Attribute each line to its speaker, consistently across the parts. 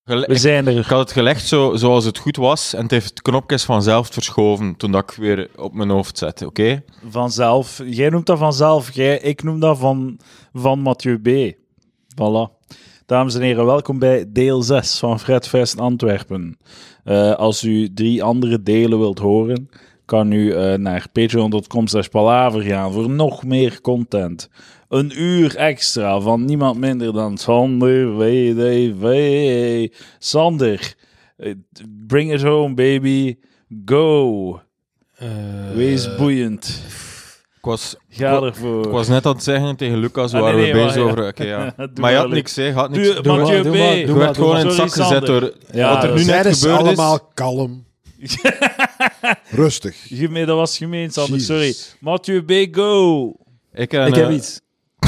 Speaker 1: We zijn er.
Speaker 2: Ik had het gelegd zoals het goed was en het heeft knopjes vanzelf verschoven toen dat ik weer op mijn hoofd zette, oké?
Speaker 1: Vanzelf. Jij noemt dat vanzelf. Ik noem dat van Mathieu B. Voilà. Dames en heren, welkom bij deel 6 van Fredfest Antwerpen. Als u 3 andere delen wilt horen, kan u naar patreon.com/palaver gaan voor nog meer content. 1 uur extra van niemand minder dan Sander WDV. Sander, bring it home, baby. Go. Wees boeiend. Ga ervoor.
Speaker 2: Ik was net aan het zeggen tegen Lucas, waar we bezig over... Okay, ja. Maar je had niks, hè?
Speaker 1: Mathieu B.
Speaker 2: Je werd gewoon in het zak gezet door... Wat er nu net gebeurd is...
Speaker 3: allemaal kalm. Rustig.
Speaker 1: Dat was gemeen, Sander. Jesus. Sorry. Mathieu B, go.
Speaker 4: Ik heb iets.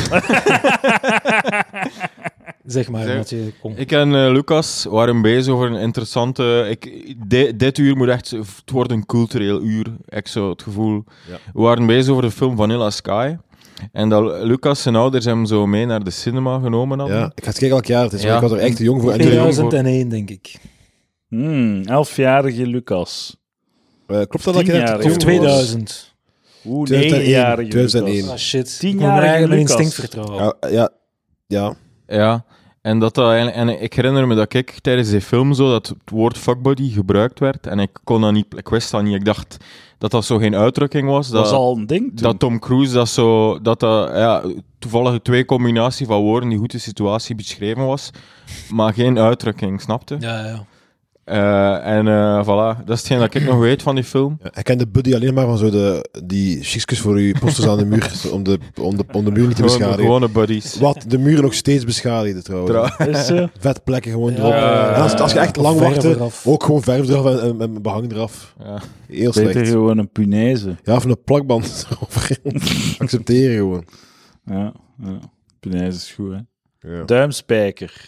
Speaker 4: Zeg maar, Mathieu, kom.
Speaker 2: Ik en Lucas waren bezig over een interessante... dit uur moet echt... Het wordt een cultureel uur. Ik zo het gevoel. Ja. We waren bezig over de film Vanilla Sky. En dat Lucas zijn ouders hem zo mee naar de cinema genomen hadden.
Speaker 3: Ja, ik ga het kijken elk jaar. Ik was er echt te jong voor.
Speaker 4: 2001, denk ik.
Speaker 1: 11-jarige Lucas.
Speaker 3: Klopt dat je net...
Speaker 4: Of 2000.
Speaker 1: 9-jarige
Speaker 3: 2001.
Speaker 4: Ah, shit.
Speaker 1: 10-jarige
Speaker 4: mijn
Speaker 1: Lucas.
Speaker 4: instinct vertrouwen.
Speaker 2: Ja. En ik herinner me dat ik tijdens die film zo dat het woord fuckbuddy gebruikt werd en ik kon dat niet, ik wist dat niet. Ik dacht dat zo geen uitdrukking was.
Speaker 1: Dat was al een ding toen.
Speaker 2: Dat Tom Cruise toevallig 2 combinatie van woorden die goed de situatie beschreven was, maar geen uitdrukking, snapte?
Speaker 4: Ja.
Speaker 2: Voilà, dat is hetgeen dat ik nog weet van die film.
Speaker 3: Ja, ik ken de buddy alleen maar van zo die chiksjes voor je posters aan de muur, om de muur niet te beschadigen.
Speaker 2: Gewone buddies.
Speaker 3: Wat de muren nog steeds beschadigen trouwens.
Speaker 1: Is zo?
Speaker 3: Vet plekken gewoon erop. En als je echt lang wacht, ook gewoon verf eraf en behang eraf.
Speaker 2: Ja.
Speaker 3: Heel slecht.
Speaker 1: Beter gewoon een punaise.
Speaker 3: Ja, of een plakband eroverheen. Accepteren gewoon.
Speaker 1: Ja. Punaise is goed, hè.
Speaker 3: Ja.
Speaker 1: Duimspijker.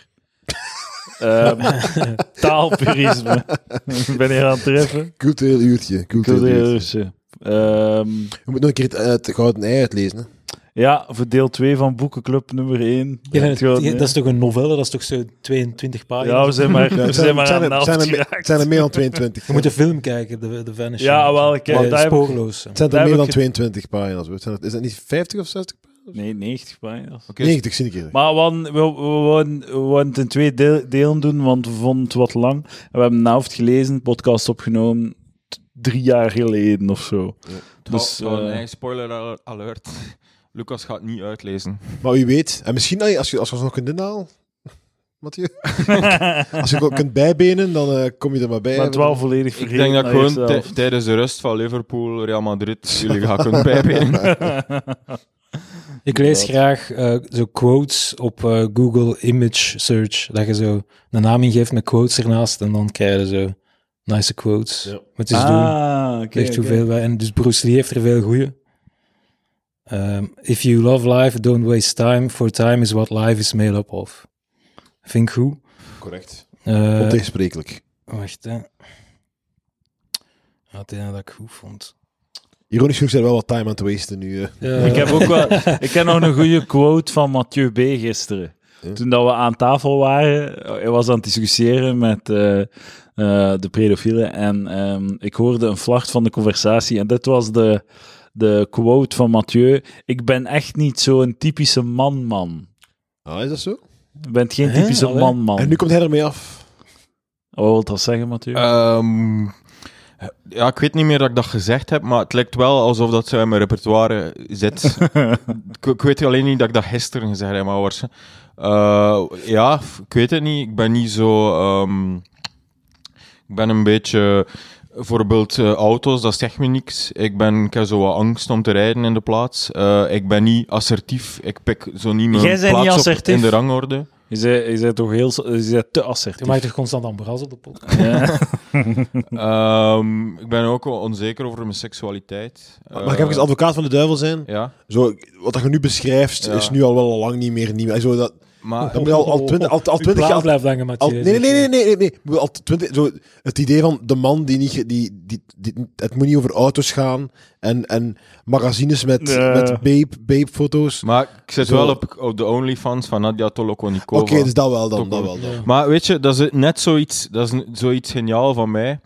Speaker 1: Taalpurisme. Ik ben hier aan het treffen.
Speaker 3: Cultureel uurtje.
Speaker 1: We
Speaker 3: moeten nog een keer het gouden ei uitlezen. Hè?
Speaker 1: Ja, voor deel 2 van Boekenclub nummer 1.
Speaker 4: Dat is toch een novelle? Dat is toch zo 22 pagina's?
Speaker 1: Ja, we zijn maar aan de helft geraakt.
Speaker 3: Het zijn er meer dan 22.
Speaker 4: Je moet de film kijken, de Vanishing.
Speaker 1: Ja, wel, kijk.
Speaker 4: Spoorloos.
Speaker 3: Het zijn er meer dan 22 pagina's. Is dat niet 50 of 60 pagina's?
Speaker 1: Nee, 90 pagina's.
Speaker 3: Okay. 90, zie ik hier.
Speaker 1: Maar we wouden het in 2 delen doen, want we vonden het wat lang. En we hebben de helft gelezen, podcast opgenomen 3 jaar geleden of zo.
Speaker 2: Ja.
Speaker 1: Dus,
Speaker 2: spoiler alert. Lucas gaat niet uitlezen.
Speaker 3: Maar wie weet. En misschien als je nog kunt inhalen, Mathieu. Als je kunt bijbenen, dan kom je er maar bij.
Speaker 1: Maar het wel volledig vergeten.
Speaker 2: Ik denk dat gewoon tijdens de rust van Liverpool, Real Madrid, jullie gaan kunnen bijbenen.
Speaker 4: Ik lees graag zo quotes op Google Image Search. Dat je zo een naam ingeeft met quotes ernaast en dan krijg je zo nice quotes. Ja. Moet je eens doen. Echt hoeveel wij. En dus Bruce Lee heeft er veel goeie. If you love life, don't waste time, for time is what life is made up of. Vind ik goed.
Speaker 3: Correct. Ontegensprekelijk.
Speaker 4: Wacht, hè. Wat is dat ik goed vond?
Speaker 3: Ironisch genoeg zijn er wel wat time aan het wasten nu.
Speaker 1: Ik heb nog een goede quote van Mathieu B. gisteren. Ja. Toen dat we aan tafel waren, hij was aan het discussiëren met de pedofielen en ik hoorde een vlacht van de conversatie en dit was de quote van Mathieu. Ik ben echt niet zo'n typische man.
Speaker 3: Ah, is dat zo?
Speaker 1: Je bent geen typische man.
Speaker 3: En nu komt hij ermee af.
Speaker 1: Wat wil dat zeggen, Mathieu?
Speaker 2: Ja, ik weet niet meer dat ik dat gezegd heb, maar het lijkt wel alsof dat zo in mijn repertoire zit. ik weet alleen niet dat ik dat gisteren gezegd heb, maar ja, ik weet het niet. Ik ben niet zo... ik ben een beetje... Bijvoorbeeld auto's, dat zegt me niks. Ik heb zo wat angst om te rijden in de plaats. Ik ben niet assertief. Ik pik zo niet mijn plaats op in de rangorde.
Speaker 1: Je bent toch heel te assertief.
Speaker 4: Je maakt toch constant ambras op de pot?
Speaker 2: Ja. Ik ben ook onzeker over mijn seksualiteit.
Speaker 3: Mag ik even advocaat van de duivel zijn?
Speaker 2: Ja.
Speaker 3: Zo, wat je nu beschrijft, is nu al wel lang niet meer nieuw. Zo dat...
Speaker 2: Maar
Speaker 3: Dan moet je al 20
Speaker 4: Uw
Speaker 3: 20
Speaker 4: plaat
Speaker 3: jaar...
Speaker 4: blijft hangen, Mathieu.
Speaker 3: Nee. Al 20, zo, het idee van de man die niet... Het moet niet over auto's gaan en magazines met babe-foto's.
Speaker 2: Maar ik zit
Speaker 3: Zo.
Speaker 2: wel op de OnlyFans van Nadia Tolokonikova.
Speaker 3: Oké, dus dat wel dan.
Speaker 2: Toch
Speaker 3: Dat
Speaker 2: wel.
Speaker 3: wel dan.
Speaker 4: Ja.
Speaker 2: Maar weet je, dat is net zoiets, dat is zoiets geniaal van mij.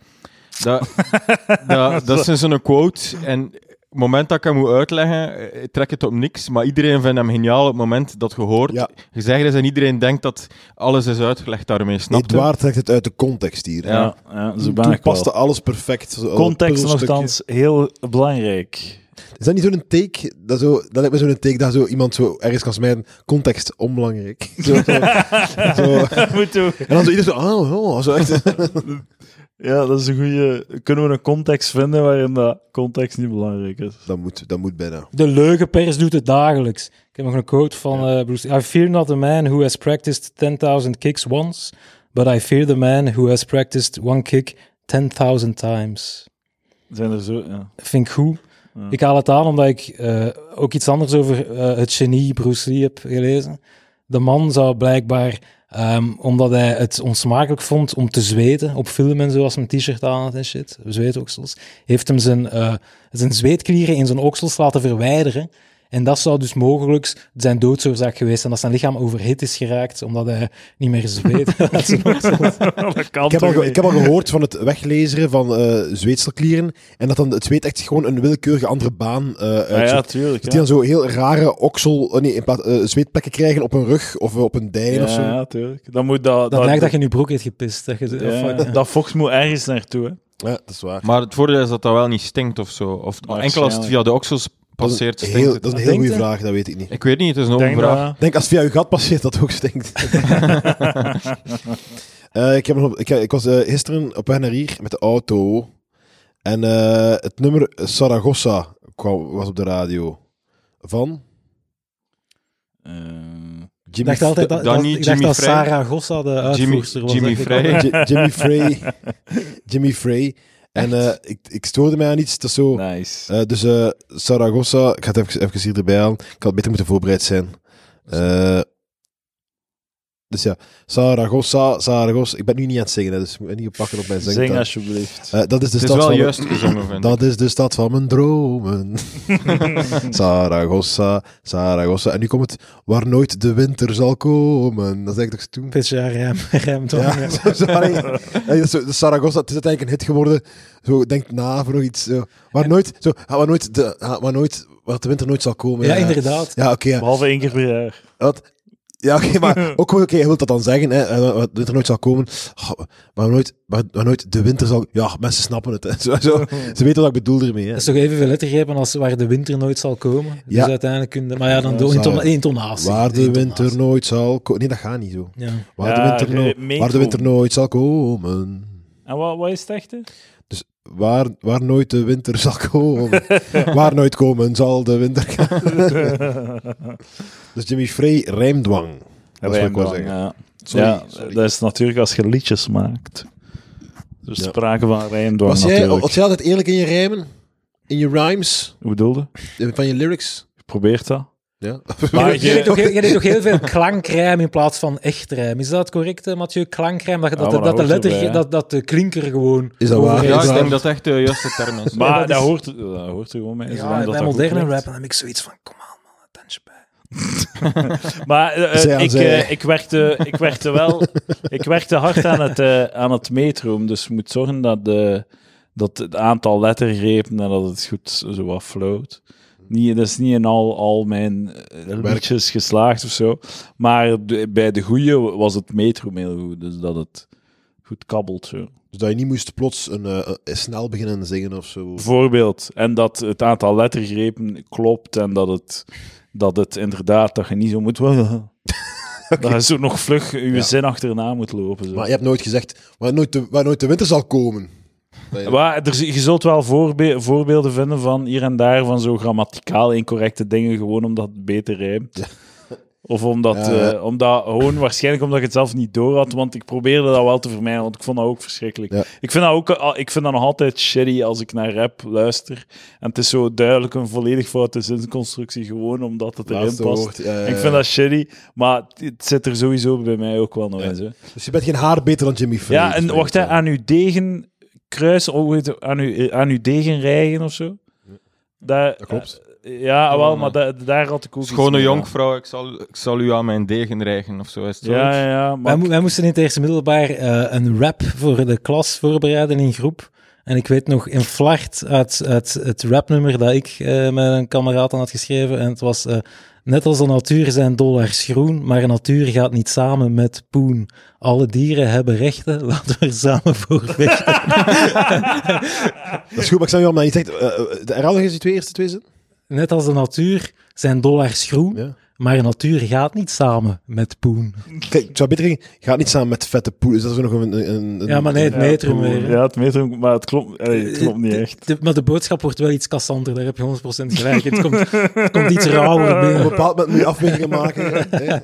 Speaker 2: Dat is zo'n quote. En op het moment dat ik hem moet uitleggen, trek het op niks. Maar iedereen vindt hem geniaal op het moment dat je hoort.
Speaker 3: Ja.
Speaker 2: Gezegd is en iedereen denkt dat alles is uitgelegd daarmee. Snap je?
Speaker 3: Edouard trekt het uit de context hier.
Speaker 2: Ja.
Speaker 1: Ja, zo
Speaker 3: Toen
Speaker 1: ben ik
Speaker 3: paste
Speaker 1: wel.
Speaker 3: alles perfect. Zo,
Speaker 1: Context
Speaker 3: puzzelstukje.
Speaker 1: nogthans heel belangrijk.
Speaker 3: Is dat niet zo'n take? Dat lijkt me zo'n take dat zo iemand zo ergens kan smijten. Context, onbelangrijk. Zo.
Speaker 1: Moet ook.
Speaker 3: En dan zo iedereen zo, zo echt.
Speaker 1: Ja, dat is een goede. Kunnen we een context vinden waarin dat context niet belangrijk is?
Speaker 3: Dat moet bijna.
Speaker 4: De leugenpers doet het dagelijks. Ik heb nog een quote van Bruce. I fear not the man who has practiced 10,000 kicks once, but I fear the man who has practiced one kick 10,000 times.
Speaker 1: Zijn er zo, ja.
Speaker 4: Dat vind ik goed.
Speaker 1: Ja.
Speaker 4: Ik haal het aan omdat ik ook iets anders over het genie Bruce Lee heb gelezen. De man zou blijkbaar, omdat hij het onsmakelijk vond om te zweten op film en zo, als hij een t-shirt aan had en shit, zweetoksels, heeft hem zijn zweetklieren in zijn oksels laten verwijderen. En dat zou dus mogelijk zijn doodsoorzaak geweest zijn, dat zijn lichaam overhit is geraakt, omdat hij niet meer zweet uit zijn oksels.
Speaker 1: Dat kan
Speaker 3: Ik heb al gehoord van het weglezeren van zweetselklieren en dat dan het zweet echt gewoon een willekeurige andere baan uitzoekt.
Speaker 1: Ja, tuurlijk.
Speaker 3: Dat die dan zo heel rare zweetplekken krijgen op een rug of op een dijn of zo.
Speaker 1: Ja, tuurlijk. Dan moet dat...
Speaker 4: Dat lijkt dat je in je broek hebt gepist. Dat je,
Speaker 1: Ja, dat vocht moet ergens naartoe, hè.
Speaker 3: Ja, dat is waar.
Speaker 2: Maar het voordeel is dat dat wel niet stinkt of zo. Of enkel als het via de oksels passeert,
Speaker 3: Dat
Speaker 2: stinkt
Speaker 3: is
Speaker 2: het.
Speaker 3: een heel
Speaker 4: Denkt
Speaker 3: goede
Speaker 4: je?
Speaker 3: vraag, dat weet ik niet.
Speaker 2: Ik weet niet, het is een
Speaker 1: Ik
Speaker 2: open
Speaker 1: denk
Speaker 2: vraag.
Speaker 1: dat...
Speaker 3: Ik denk als het via je gat passeert, dat het ook stinkt. Ik was gisteren op weg naar hier met de auto. En het nummer Saragossa was op de radio. Van
Speaker 4: Ik
Speaker 3: Jimmy,
Speaker 4: dacht altijd dat,
Speaker 2: Dan niet
Speaker 4: ik dacht
Speaker 2: Jimmy
Speaker 4: dat
Speaker 2: Frey.
Speaker 4: Sarah Gossa de uitvoerster was.
Speaker 2: Jimmy
Speaker 4: dacht ik
Speaker 2: Frey.
Speaker 4: altijd.
Speaker 3: Jimmy Frey. En ik stoorde mij aan iets. Dat is zo...
Speaker 1: Nice.
Speaker 3: Dus Saragossa, ik ga het even hier erbij halen. Ik had beter moeten voorbereid zijn. Dus ja, Saragossa. Ik ben nu niet aan het zingen, hè, dus ik moet niet oppakken op mijn
Speaker 1: Zing
Speaker 3: zingtaal.
Speaker 1: alsjeblieft.
Speaker 3: Dat is de
Speaker 2: Het is
Speaker 3: stad
Speaker 2: wel
Speaker 3: van
Speaker 2: juist gezongen, vind ik.
Speaker 3: Dat is de stad van mijn dromen. Saragossa. En nu komt het waar nooit de winter zal komen. Dat is eigenlijk toch toen.
Speaker 4: Beetje rem toch?
Speaker 3: Ja, Saragossa, het is uiteindelijk een hit geworden. Zo, denk na voor nog iets. Zo. Waar de winter nooit zal komen.
Speaker 4: Ja, inderdaad.
Speaker 3: Ja, oké. Ja.
Speaker 1: Behalve 1 keer per jaar.
Speaker 3: Ja, oké, maar ook gewoon, je wilt dat dan zeggen, hè, wat de winter nooit zal komen. Waar nooit de winter zal... Ja, mensen snappen het. Hè. Zo, ze weten wat ik bedoel ermee. Hè.
Speaker 4: Dat is toch evenveel lettergrepen als waar de winter nooit zal komen.
Speaker 3: Ja.
Speaker 4: Dus uiteindelijk kun je... Maar ja, dan door intonatie.
Speaker 3: Waar de winter
Speaker 4: Intonatie.
Speaker 3: nooit zal komen... Nee, dat gaat niet zo.
Speaker 4: Ja.
Speaker 3: Waar,
Speaker 1: Ja,
Speaker 3: de winter nooit zal komen.
Speaker 1: En wat is het echte?
Speaker 3: Dus waar nooit de winter zal komen. Waar nooit komen zal de winter gaan. Dus Jimmy Frey, rijmdwang. Dat is wat ik wil zeggen.
Speaker 1: Ja.
Speaker 3: Sorry.
Speaker 1: Dat is natuurlijk als je liedjes maakt. Dus
Speaker 3: Ja.
Speaker 1: sprake van rijmdwang
Speaker 3: Was
Speaker 1: natuurlijk.
Speaker 3: jij altijd eerlijk in je rijmen? In je rhymes?
Speaker 1: Hoe bedoelde?
Speaker 3: Van je lyrics?
Speaker 1: Probeert dat.
Speaker 3: Ja.
Speaker 1: Maar
Speaker 4: Je deed toch heel veel klankrijm in plaats van echt rijm. Is dat correct, Mathieu? Klankrijm, dat
Speaker 1: maar dat
Speaker 4: de
Speaker 1: hoort
Speaker 4: letter,
Speaker 1: erbij, hè?
Speaker 4: dat de klinker gewoon...
Speaker 3: Is dat waar?
Speaker 4: overeen
Speaker 2: Ja, ik
Speaker 4: staat.
Speaker 2: denk dat echt de juiste term is.
Speaker 1: Maar
Speaker 4: dat
Speaker 1: dat
Speaker 4: is-
Speaker 1: hoort er gewoon mee. zolang
Speaker 4: Ja,
Speaker 1: dat
Speaker 4: bij
Speaker 1: dat goed
Speaker 4: moderne
Speaker 1: klinkt.
Speaker 4: rap dan heb ik zoiets van, kom aan man, attention bij.
Speaker 1: Maar ik werkte hard aan het metroom, dus je moet zorgen dat het aantal lettergrepen en dat het goed zo wat float. Dat is niet in al mijn liedjes geslaagd of zo, maar bij de goeie was het metroom heel goed, dus dat het goed kabbelt zo.
Speaker 3: Dus dat je niet moest plots snel beginnen zingen of zo.
Speaker 1: Bijvoorbeeld. En dat het aantal lettergrepen klopt en dat het inderdaad, dat je niet zo moet... Dat je zo nog vlug je zin achterna moet lopen. Zo.
Speaker 3: Maar je hebt nooit gezegd waar nooit de winter zal komen.
Speaker 1: Maar je zult wel voorbeelden vinden van hier en daar van zo grammaticaal incorrecte dingen, gewoon omdat het beter rijmt. Of omdat gewoon waarschijnlijk omdat ik het zelf niet door had, want ik probeerde dat wel te vermijden, want ik vond dat ook verschrikkelijk.
Speaker 3: Ja.
Speaker 1: Ik vind dat nog altijd shitty als ik naar rap luister en het is zo duidelijk een volledig foute zinsconstructie, gewoon omdat het erin
Speaker 3: Laatste
Speaker 1: past.
Speaker 3: woord,
Speaker 1: Ik vind dat shitty, maar het zit er sowieso bij mij ook wel nog in. Zo.
Speaker 3: Dus je bent geen haar beter dan Jimmy Frey.
Speaker 1: Ja, en wacht, hè, aan uw degen kruisen, aan uw degen rijgen of zo.
Speaker 3: Dat klopt.
Speaker 1: Ja, wel, maar daar had ik ook iets
Speaker 2: Schone
Speaker 1: mee, ja.
Speaker 2: jonkvrouw, ik zal u aan mijn degen rijgen, of zo is het zo.
Speaker 1: Ja, maar
Speaker 4: Wij moesten in het eerste middelbaar een rap voor de klas voorbereiden in groep. En ik weet nog in Flart uit het rapnummer dat ik met een kameraad aan had geschreven. En het was net als de natuur zijn dollars groen, maar de natuur gaat niet samen met poen. Alle dieren hebben rechten, laten we er samen voor vechten.
Speaker 3: Dat is goed, maar ik zou je allemaal niet zeggen. Herhaal nog eens die eerste twee zinnen.
Speaker 4: Net als de natuur zijn dollars groen,
Speaker 3: Ja.
Speaker 4: maar de natuur gaat niet samen met poen.
Speaker 3: Kijk, ik zou beter zeggen, gaat niet samen met vette poel. Is dat zo nog een
Speaker 4: Ja, maar nee, het metrum weer.
Speaker 1: Ja, het metrum, maar het klopt niet echt.
Speaker 4: Maar de boodschap wordt wel iets kassanter, daar heb je 100% gelijk. Het komt iets rauwer
Speaker 3: Op een
Speaker 4: binnen.
Speaker 3: bepaald moment moet je afwegingen maken. Hè?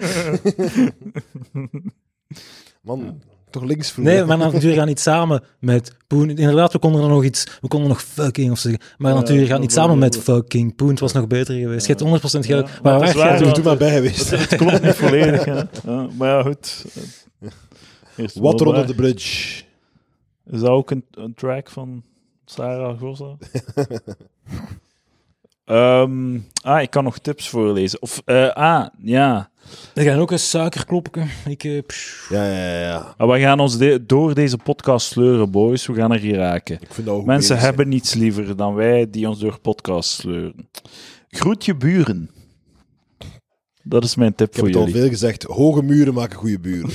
Speaker 3: Man, toch links vroeger.
Speaker 4: Nee, maar de natuur gaat niet samen met poen. Inderdaad, we konden nog fucking of zeggen. Maar de natuur gaat niet samen met fucking poen. Het was nog beter geweest. Je hebt 100% gelijk.
Speaker 1: Ja,
Speaker 4: Maar
Speaker 1: maar het is
Speaker 4: waar
Speaker 1: waar,
Speaker 4: jij
Speaker 3: Doe
Speaker 1: want-
Speaker 3: er maar bij geweest.
Speaker 1: Het klopt niet volledig, hè. Ja, maar ja, goed. Eerst
Speaker 3: Water
Speaker 1: wel
Speaker 3: under the bridge.
Speaker 1: Is dat ook een track van Sarah Gossa? Ik kan nog tips voorlezen. Ja.
Speaker 4: Er gaan ook een suikerklopje.
Speaker 3: Ja.
Speaker 1: We gaan ons door deze podcast sleuren, boys. We gaan er hier raken.
Speaker 3: Ik vind dat ook
Speaker 1: Mensen
Speaker 3: bezig
Speaker 1: hebben niets liever dan wij die ons door podcasts sleuren. Groet je buren. Dat is mijn tip
Speaker 3: Ik heb
Speaker 1: voor
Speaker 3: het al
Speaker 1: jullie.
Speaker 3: veel gezegd. Hoge muren maken goede buren.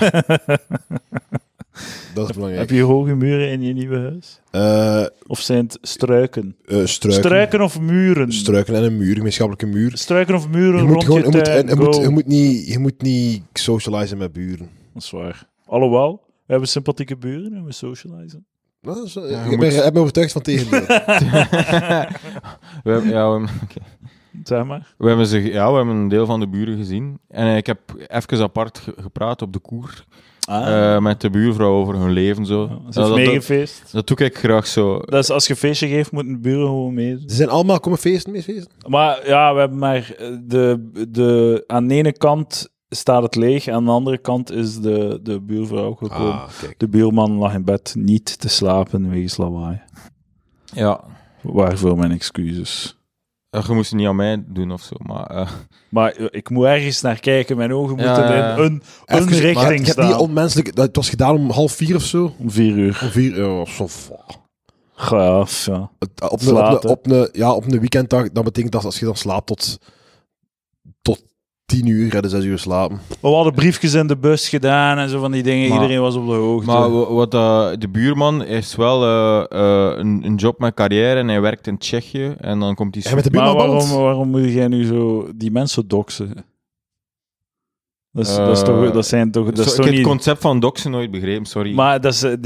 Speaker 3: Dat is belangrijk.
Speaker 1: Heb je hoge muren in je nieuwe huis? Of zijn het struiken?
Speaker 3: Struiken.
Speaker 1: Struiken of muren?
Speaker 3: Struiken en een muur, een gemeenschappelijke muur.
Speaker 1: Struiken of muren
Speaker 3: Je
Speaker 1: rond
Speaker 3: moet, gewoon,
Speaker 1: je tuin? Go.
Speaker 3: je moet niet socializen met buren.
Speaker 1: Dat is waar. Alhoewel, we hebben sympathieke buren en we socializen.
Speaker 3: Dat is,
Speaker 2: je
Speaker 3: ik
Speaker 2: moet-
Speaker 3: heb me overtuigd van tegendeel.
Speaker 1: Zeg maar.
Speaker 2: We hebben een deel van de buren gezien. En ik heb even apart gepraat op de koer met de buurvrouw over hun leven. Zo.
Speaker 1: Ze heeft meegefeest.
Speaker 2: Dat doe ik graag zo.
Speaker 1: Dat is als je een feestje geeft, moeten de buren gewoon mee.
Speaker 3: Ze zijn allemaal komen feesten, mee feesten.
Speaker 1: Maar ja, we hebben maar aan de ene kant staat het leeg, aan de andere kant is de buurvrouw gekomen.
Speaker 3: Kijk.
Speaker 1: De buurman lag in bed niet te slapen wegens lawaai.
Speaker 2: Ja,
Speaker 1: Waarvoor mijn excuses.
Speaker 2: je moest het niet aan mij doen of zo. Maar
Speaker 1: Maar ik moet ergens naar kijken. Mijn ogen moeten
Speaker 2: Ja.
Speaker 1: in een
Speaker 3: Even, maar
Speaker 1: richting
Speaker 3: ik heb
Speaker 1: staan.
Speaker 3: niet onmenselijk... Het was gedaan om 3:30 of zo.
Speaker 1: Om 4 uur.
Speaker 3: Om 4 uur. Zo,
Speaker 1: Gaaf, ja.
Speaker 3: op
Speaker 1: Slaat, hè?
Speaker 3: een weekenddag, dat betekent dat als je dan slaapt tot 10 uur, ga je 6 uur slapen.
Speaker 1: Maar we hadden briefjes in de bus gedaan en zo van die dingen.
Speaker 2: Maar-
Speaker 1: Iedereen was op de hoogte.
Speaker 2: Maar de buurman heeft wel een job met carrière en hij werkt in Tsjechië. En dan komt hij...
Speaker 3: En met de
Speaker 1: Maar
Speaker 3: buurman babbelt?
Speaker 1: waarom moet jij nu zo die mensen doxen? Dat is toch
Speaker 2: ik heb het
Speaker 1: niet...
Speaker 2: concept van doxen nooit begrepen, sorry.
Speaker 1: Maar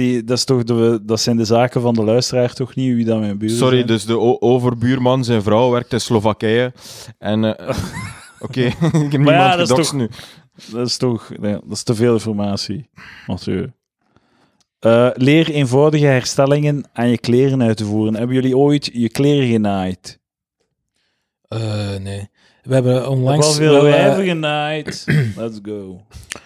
Speaker 1: dat zijn de zaken van de luisteraar toch niet, wie dat mijn buren
Speaker 2: Sorry,
Speaker 1: zijn?
Speaker 2: dus de overbuurman, zijn vrouw, werkt in Slowakije. En... Oké, ik heb
Speaker 1: Maar
Speaker 2: niemand
Speaker 1: ja, dat is
Speaker 2: gedoxt
Speaker 1: toch-
Speaker 2: nu.
Speaker 1: Dat is toch... Nee, dat is te veel informatie, Mathieu. Leer eenvoudige herstellingen aan je kleren uit te voeren. Hebben jullie ooit je kleren genaaid?
Speaker 4: Nee. We hebben
Speaker 1: Ik heb
Speaker 4: onlangs...
Speaker 1: wel veel
Speaker 4: we
Speaker 1: wijven genaaid. Let's go.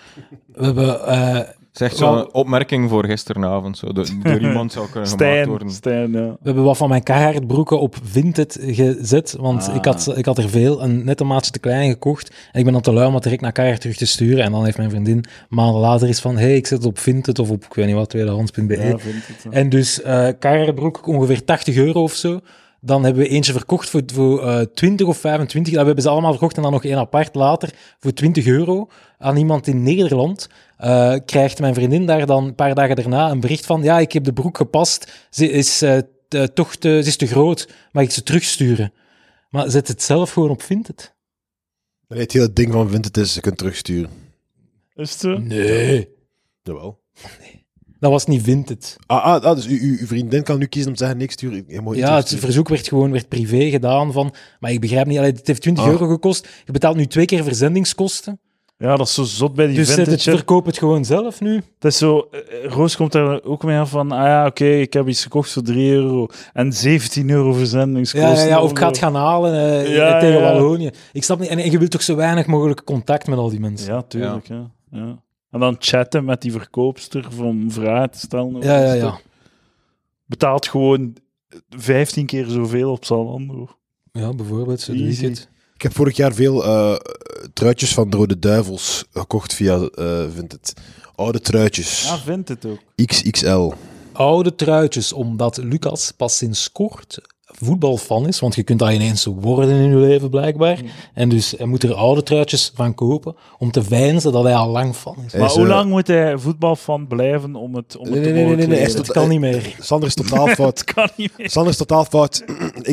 Speaker 4: hebben
Speaker 2: Zeg zo'n opmerking voor gisteravond. Zo, door iemand zou kunnen gemaakt worden.
Speaker 1: Stijn, ja.
Speaker 4: We hebben wat van mijn Carhartt broeken op Vinted gezet, want ik had er veel, en net een maatje te klein gekocht. En ik ben dan te lui om het direct naar Carhartt terug te sturen. En dan heeft mijn vriendin maanden later iets van, hey, ik zet het op Vinted of op, ik weet niet wat, tweedehands.be.
Speaker 1: Ja, vind het, ja.
Speaker 4: En dus Carhartt broek ongeveer €80 of zo. Dan hebben we eentje verkocht voor 20 of 25. Dat hebben ze allemaal verkocht en dan nog één apart later voor €20 aan iemand in Nederland. Krijgt mijn vriendin daar dan een paar dagen daarna een bericht van, ja, ik heb de broek gepast. Ze is ze is te groot. Mag ik ze terugsturen? Maar zet het zelf gewoon op Vinted.
Speaker 3: Nee, het hele ding van Vinted is, je kunt terugsturen.
Speaker 1: Is het zo?
Speaker 4: Nee.
Speaker 3: Jawel.
Speaker 4: Dat was niet Vinted.
Speaker 3: Dus uw vriendin kan nu kiezen om te zeggen, niks sturen.
Speaker 4: Ja, het verzoek werd privé gedaan van... Maar ik begrijp niet, het heeft 20 euro gekost. Je betaalt nu 2 keer verzendingskosten.
Speaker 1: Ja, dat is zo zot bij die
Speaker 4: dus
Speaker 1: vintage.
Speaker 4: Dus verkoop het gewoon zelf nu.
Speaker 1: Het is zo... Roos komt daar ook mee af van... oké, ik heb iets gekocht voor 3 euro. En 17 euro verzendingskosten.
Speaker 4: Ja, of ik ga het gaan halen tegen Wallonië. Ik snap niet... En je wilt toch zo weinig mogelijk contact met al die mensen?
Speaker 1: Ja, tuurlijk. Ja. En dan chatten met die verkoopster om vragen te stellen.
Speaker 4: Ja.
Speaker 1: Betaalt gewoon 15 keer zoveel op Zalando.
Speaker 4: Ja, bijvoorbeeld. Zo doe ik het.
Speaker 3: Ik heb vorig jaar veel truitjes van de Rode Duivels gekocht via Vinted. Oude truitjes.
Speaker 1: Ja, Vinted ook.
Speaker 3: XXL.
Speaker 4: Oude truitjes, omdat Lucas pas sinds kort voetbalfan is, want je kunt dat ineens worden in je leven, blijkbaar. En dus hij moet er oude truitjes van kopen, om te veinzen dat hij al lang fan is.
Speaker 1: Maar hoe lang moet hij voetbalfan blijven om het te mogen
Speaker 3: Nee.
Speaker 4: Het kan niet meer.
Speaker 3: Sander is totaal fout.
Speaker 1: Het kan niet meer.
Speaker 3: Sander is totaal fout.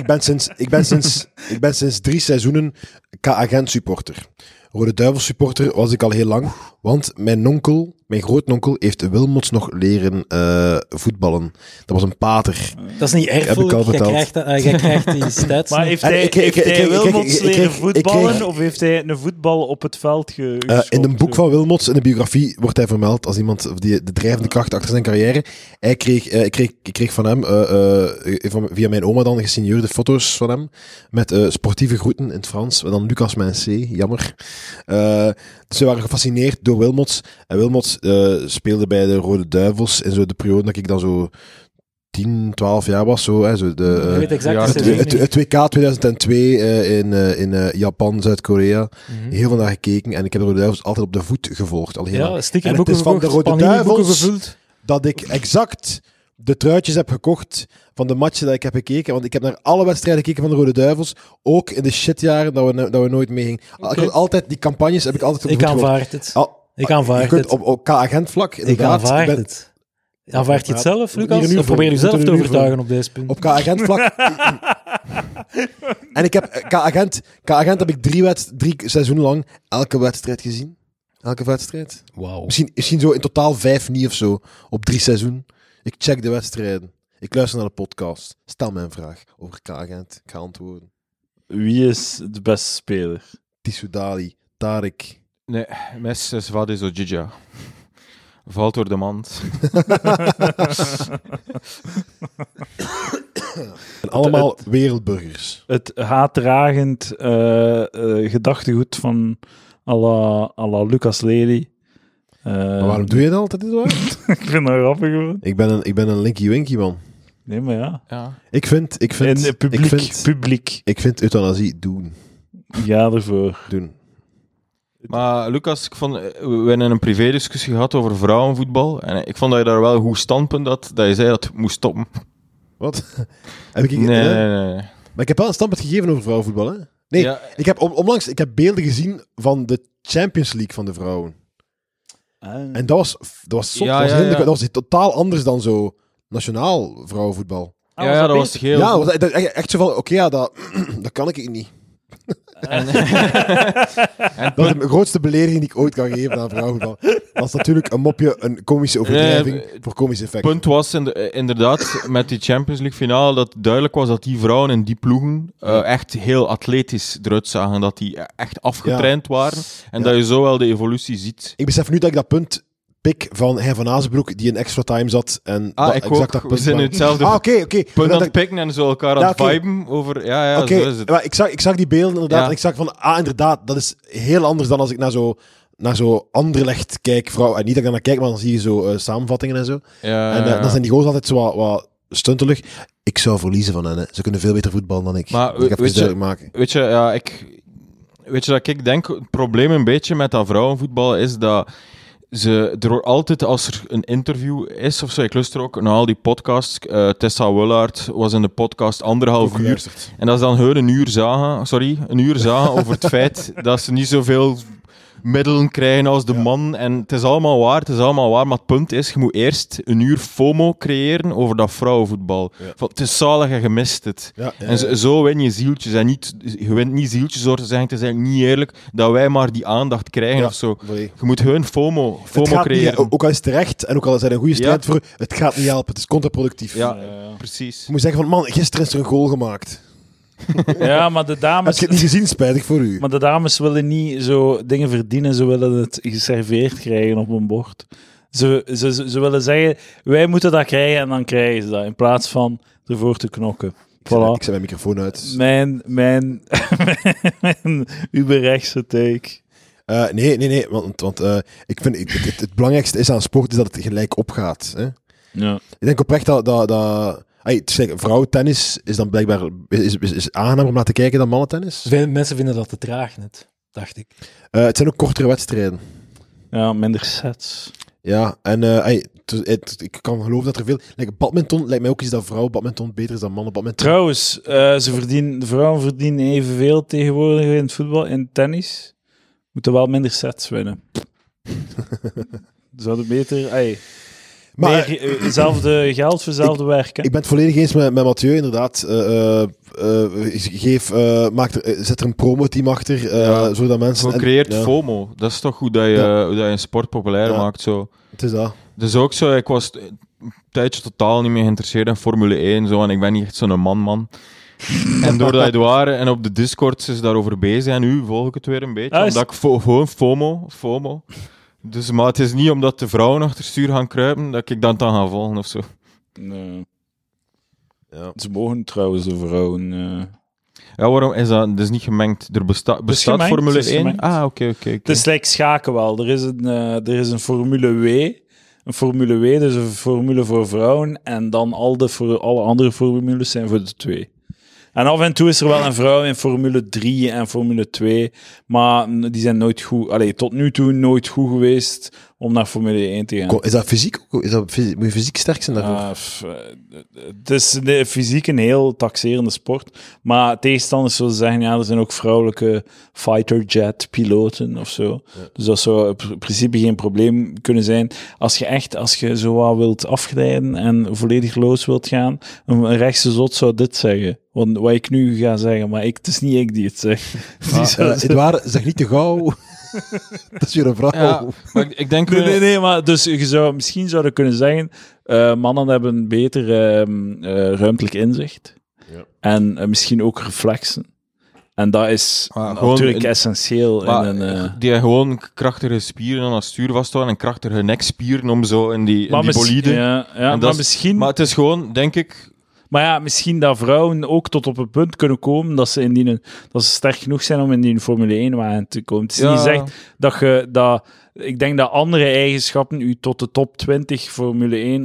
Speaker 3: Ik ben sinds 3 seizoenen K-agent supporter. Rode Duivels supporter was ik al heel lang, want mijn grootnonkel, heeft Wilmots nog leren voetballen. Dat was een pater.
Speaker 4: Dat is niet erfelijk, jij krijgt die stats.
Speaker 1: Maar heeft hij Wilmots leren voetballen, of heeft hij een voetbal op het veld geschoten?
Speaker 3: In een boek van Wilmots, in de biografie, wordt hij vermeld als iemand die de drijvende kracht achter zijn carrière. Ik kreeg van hem, via mijn oma dan, gesigneerde foto's van hem, met sportieve groeten in het Frans, en dan Lucas met een C, jammer. Dus we waren gefascineerd door Wilmots. En Wilmots speelde bij de Rode Duivels in zo de periode dat ik dan zo 10, 12 jaar was. Zo, hè, zo
Speaker 4: je weet exact
Speaker 3: het WK 2002 in Japan, Zuid-Korea. Heel veel naar gekeken. En ik heb de Rode Duivels altijd op de voet gevolgd. Al heel lang.
Speaker 4: Stickerboeken
Speaker 3: van de Rode Duivels
Speaker 4: gevuld.
Speaker 3: Dat ik exact de truitjes heb gekocht van de matchen dat ik heb gekeken. Want ik heb naar alle wedstrijden gekeken van de Rode Duivels. Ook in de shitjaren dat we nooit meegingen. Okay. Altijd die campagnes heb ik altijd op de voet
Speaker 4: aanvaard het. Ik aanvaard
Speaker 3: het. Je kunt op K-agent vlak, inderdaad.
Speaker 4: Ik aanvaard het. Aanvaard je het zelf, Lucas? Of probeer je zelf te overtuigen op deze punt?
Speaker 3: Op K-agent vlak. En ik heb K-agent heb ik 3 seizoenen lang elke wedstrijd gezien. Elke wedstrijd.
Speaker 4: Wauw.
Speaker 3: Misschien zo in totaal 5 niet of zo. Op 3 seizoenen. Ik check de wedstrijden. Ik luister naar de podcast. Stel mij een vraag over K-agent. Ik ga antwoorden.
Speaker 1: Wie is de beste speler?
Speaker 3: Tissoudali, Tariq.
Speaker 2: Nee, Mes is Vadis Ojija. Valt door de mand.
Speaker 3: En allemaal wereldburgers.
Speaker 1: Het haatdragend gedachtegoed van à la Lucas Lely.
Speaker 3: Maar waarom doe je dat altijd niet hoor?
Speaker 1: Ik vind dat grappig gewoon.
Speaker 3: Ik ben een Linky Winky man.
Speaker 1: Nee, maar ja.
Speaker 3: Ik vind
Speaker 1: publiek.
Speaker 3: Ik vind euthanasie doen.
Speaker 1: Ja, ervoor.
Speaker 3: Doen.
Speaker 2: Maar Lucas, we hebben een privédiscussie gehad over vrouwenvoetbal. En ik vond dat je daar wel een goed standpunt had, dat je zei dat het moest stoppen.
Speaker 3: Wat? Heb ik
Speaker 2: nee.
Speaker 3: Maar ik heb wel een standpunt gegeven over vrouwenvoetbal, hè? Nee, ja. Ik heb onlangs beelden gezien van de Champions League van de vrouwen. En dat was zot. Dat was totaal anders dan zo nationaal vrouwenvoetbal.
Speaker 2: Ja, dat was heel...
Speaker 3: Ja, dat was echt zo van, oké, dat kan ik niet. Dat is de grootste belediging die ik ooit kan geven aan vrouwenvoetbal. Dat is natuurlijk een mopje, een komische overdrijving voor komisch effect.
Speaker 2: Het punt was inderdaad met die Champions League finale dat duidelijk was dat die vrouwen in die ploegen echt heel atletisch eruit zagen. Dat die echt afgetraind waren. En dat je zo wel de evolutie ziet.
Speaker 3: Ik besef nu dat ik dat punt pik van Hein van Azenbroek, die in extra time zat. En
Speaker 2: ik ook. We zijn nu hetzelfde punt aan het pikken en zo elkaar aan het viben over... Ja, zo is het.
Speaker 3: Maar ik zag die beelden inderdaad. En ik zag van, inderdaad, dat is heel anders dan als ik naar zo Anderlecht kijk. En niet dat ik daar naar kijk, maar dan zie je zo samenvattingen en zo. En dan zijn die goals altijd zo wat stuntelig. Ik zou verliezen van hen. Hè. Ze kunnen veel beter voetballen dan ik.
Speaker 2: Maar
Speaker 3: ik even duidelijk maken.
Speaker 2: Weet je dat ik denk, het probleem een beetje met dat vrouwenvoetbal is dat er altijd, als er een interview is of zo, ik luister ook naar al die podcasts. Tessa Willaert was in de podcast 1,5 uur. En dat is dan hun een uur zagen over het feit dat ze niet zoveel middelen krijgen als de man. En het is allemaal waar, maar het punt is, je moet eerst een uur FOMO creëren over dat vrouwenvoetbal.
Speaker 3: Ja.
Speaker 2: Van, het is zalig en je mist het.
Speaker 3: Ja,
Speaker 2: En zo win je zieltjes. En je wint niet zieltjes door te zeggen, het is eigenlijk niet eerlijk dat wij maar die aandacht krijgen of zo.
Speaker 3: volledig.
Speaker 2: Je moet gewoon FOMO
Speaker 3: Het gaat
Speaker 2: creëren.
Speaker 3: niet, ook al is het terecht en ook al is het een goede strijd voor, het gaat niet helpen. Het is contraproductief.
Speaker 2: Ja, precies.
Speaker 3: Je moet zeggen van, man, gisteren is er een goal gemaakt.
Speaker 1: Ja, maar de
Speaker 3: Heb
Speaker 1: dames...
Speaker 3: je het niet gezien? Spijtig voor u.
Speaker 1: Maar de dames willen niet zo dingen verdienen, ze willen het geserveerd krijgen op een bord. Ze willen zeggen, wij moeten dat krijgen en dan krijgen ze dat, in plaats van ervoor te knokken.
Speaker 3: Ik zet
Speaker 1: Voilà.
Speaker 3: mijn microfoon uit.
Speaker 1: Mijn uberrechtse take.
Speaker 3: Nee, want ik vind het belangrijkste is aan sport is dat het gelijk opgaat. Hè?
Speaker 1: Ja.
Speaker 3: Ik denk oprecht dat vrouwentennis is dan blijkbaar is aangenamer om naar te kijken dan mannentennis.
Speaker 4: Veel mensen vinden dat te traag net, dacht ik.
Speaker 3: Het zijn ook kortere wedstrijden.
Speaker 1: Ja, minder sets.
Speaker 3: Ja, en ik kan geloven dat er veel... badminton lijkt mij ook iets dat vrouwen badminton beter is dan mannen badminton.
Speaker 1: Trouwens, de vrouwen verdienen evenveel tegenwoordig in het voetbal, in tennis. Moeten wel minder sets winnen. Zouden beter...
Speaker 3: Maar
Speaker 1: hetzelfde geld voor hetzelfde werk. Hè?
Speaker 3: ik ben het volledig eens met Mathieu, inderdaad. Zet er een promoteam achter, zodat mensen...
Speaker 2: Je creëert
Speaker 3: ja,
Speaker 2: FOMO. Dat is toch goed dat je een sport populair maakt. Zo.
Speaker 3: het is dat.
Speaker 2: Dus ook zo, ik was een tijdje totaal niet meer geïnteresseerd in Formule 1. Zo, en ik ben niet echt zo'n man. En doordat Edouard en op de Discord is daarover bezig en nu volg ik het weer een beetje. Omdat ik gewoon FOMO. Dus, maar het is niet omdat de vrouwen achter stuur gaan kruipen dat ik dan ga volgen of zo.
Speaker 1: Nee.
Speaker 3: Ja.
Speaker 1: Ze mogen trouwens de vrouwen...
Speaker 2: Ja, waarom is dat? Dat is niet gemengd. Er bestaat
Speaker 1: gemengd,
Speaker 2: Formule
Speaker 1: het is
Speaker 2: 1?
Speaker 1: gemengd.
Speaker 2: Ah, oké.
Speaker 1: Het is like schaken wel. Er is een Formule W. Een Formule W, dus een formule voor vrouwen. En dan alle andere formules zijn voor de twee. En af en toe is er wel een vrouw in Formule 3 en Formule 2. Maar die zijn nooit goed... tot nu toe nooit goed geweest om naar Formule 1 te gaan.
Speaker 3: Is dat fysiek ook? Moet je fysiek sterk zijn daarvoor?
Speaker 1: Het is fysiek een heel taxerende sport. Maar tegenstanders zullen zeggen, ja, er zijn ook vrouwelijke fighter jet piloten of zo. Ja. Dus dat zou in principe geen probleem kunnen zijn. Als je zo wat wilt afglijden en volledig los wilt gaan, een rechtse zot zou dit zeggen. Wat ik nu ga zeggen, maar het is niet ik die het zeg.
Speaker 3: Edouard, zeg niet te gauw. Dat is weer een vrouw.
Speaker 2: Ja, maar ik denk...
Speaker 1: Nee, maar dus misschien zou je kunnen zeggen, mannen hebben een beter ruimtelijk inzicht. Ja. En misschien ook reflexen. En dat is natuurlijk essentieel.
Speaker 2: Die gewoon krachtige spieren aan het stuur vasthouden en krachtige nekspieren om zo in die bolide.
Speaker 1: Maar
Speaker 2: het is gewoon, denk ik...
Speaker 1: Maar ja, misschien dat vrouwen ook tot op een punt kunnen komen dat ze sterk genoeg zijn om in die Formule 1-wagen te komen. Het is niet gezegd dat ik denk dat andere eigenschappen u tot de top 20 Formule 1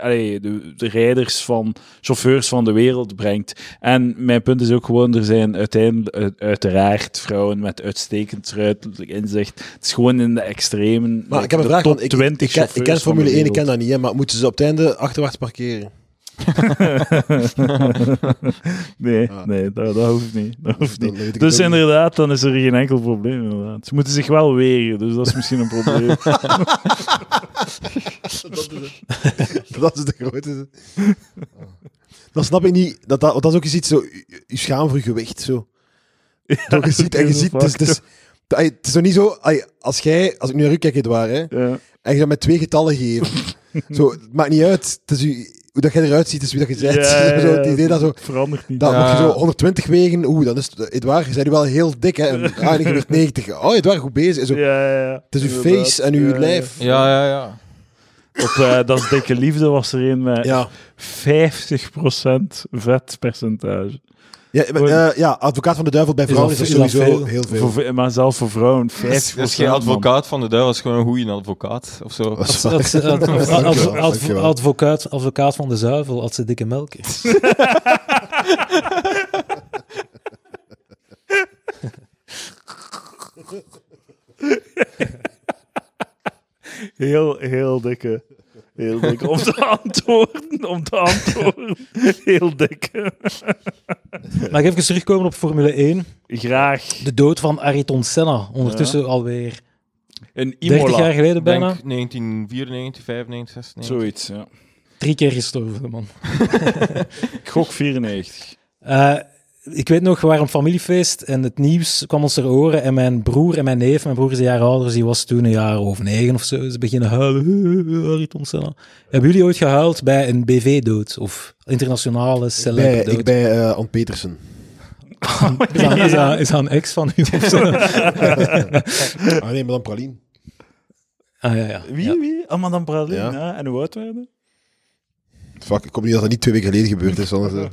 Speaker 1: de rijders chauffeurs van de wereld brengt. En mijn punt is ook gewoon, er zijn uiteraard vrouwen met uitstekend ruimtelijk inzicht. Het is gewoon in de extremen.
Speaker 3: Maar ik heb een vraag, want ik ken Formule 1, ik ken dat niet, maar moeten ze op het einde achterwaarts parkeren?
Speaker 1: Nee, dat hoeft niet. Dus inderdaad, dan is er geen enkel probleem. Inderdaad. Ze moeten zich wel wegen, dus dat is misschien een probleem.
Speaker 3: Dat is de grote. Dan snap ik niet, dat is ook iets zo, je schaam voor je gewicht. Zo. Ja, je ziet, het is nog niet zo, als ik nu naar u kijk, Edouard, en je dat met 2 getallen geven. Zo, het maakt niet uit, het is hoe dat jij eruit ziet, is wie dat je bent. Zo, het idee dat zo...
Speaker 1: Verandert niet.
Speaker 3: Dan mag je zo 120 wegen, dan is het... Edouard, je bent wel heel dik, hè. En je weegt 90. Oh, Edouard, goed bezig. Zo, het is uw face en uw lijf.
Speaker 2: Ja.
Speaker 1: Op Dat is Dikke Liefde was er een met 50% vetpercentage.
Speaker 3: Ja, advocaat van de duivel bij vrouwen is sowieso heel veel.
Speaker 1: Maar zelfs voor vrouwen 50%.
Speaker 2: Het is geen advocaat van de duivel, het is gewoon een goede advocaat. Of zo.
Speaker 4: Advocaat van de zuivel als ze dikke melk is.
Speaker 1: Heel dikke. Heel dik. Om te antwoorden. Heel dik.
Speaker 4: Mag ik even terugkomen op Formule 1?
Speaker 1: Graag.
Speaker 4: De dood van Ayrton Senna. Ondertussen alweer
Speaker 1: In
Speaker 4: 30 jaar
Speaker 1: Imola.
Speaker 4: geleden
Speaker 2: Ik
Speaker 4: bijna.
Speaker 2: denk 1994, 95, 96.
Speaker 1: Zoiets, ja.
Speaker 4: 3 keer gestorven, de man.
Speaker 1: Ik gok 94.
Speaker 4: Ik weet nog, we waren op familiefeest en het nieuws kwam ons ter oren en mijn broer en mijn neef, mijn broer is een jaar ouder, dus die was toen een jaar of 9 of zo, ze beginnen huilen, Ayrton Senna. Hebben jullie ooit gehuild bij een BV-dood of internationale celeb-dood?
Speaker 3: Ik bij Ant Petersen.
Speaker 4: Is dat een ex van u of zo?
Speaker 3: Ah nee, maar dan Praline.
Speaker 4: Ah, ja.
Speaker 1: Wie? Madame Praline.
Speaker 3: Ja.
Speaker 1: Ja. En hoe oud waren die?
Speaker 3: Fuck, ik kom niet dat dat niet 2 weken geleden gebeurd is. Anders,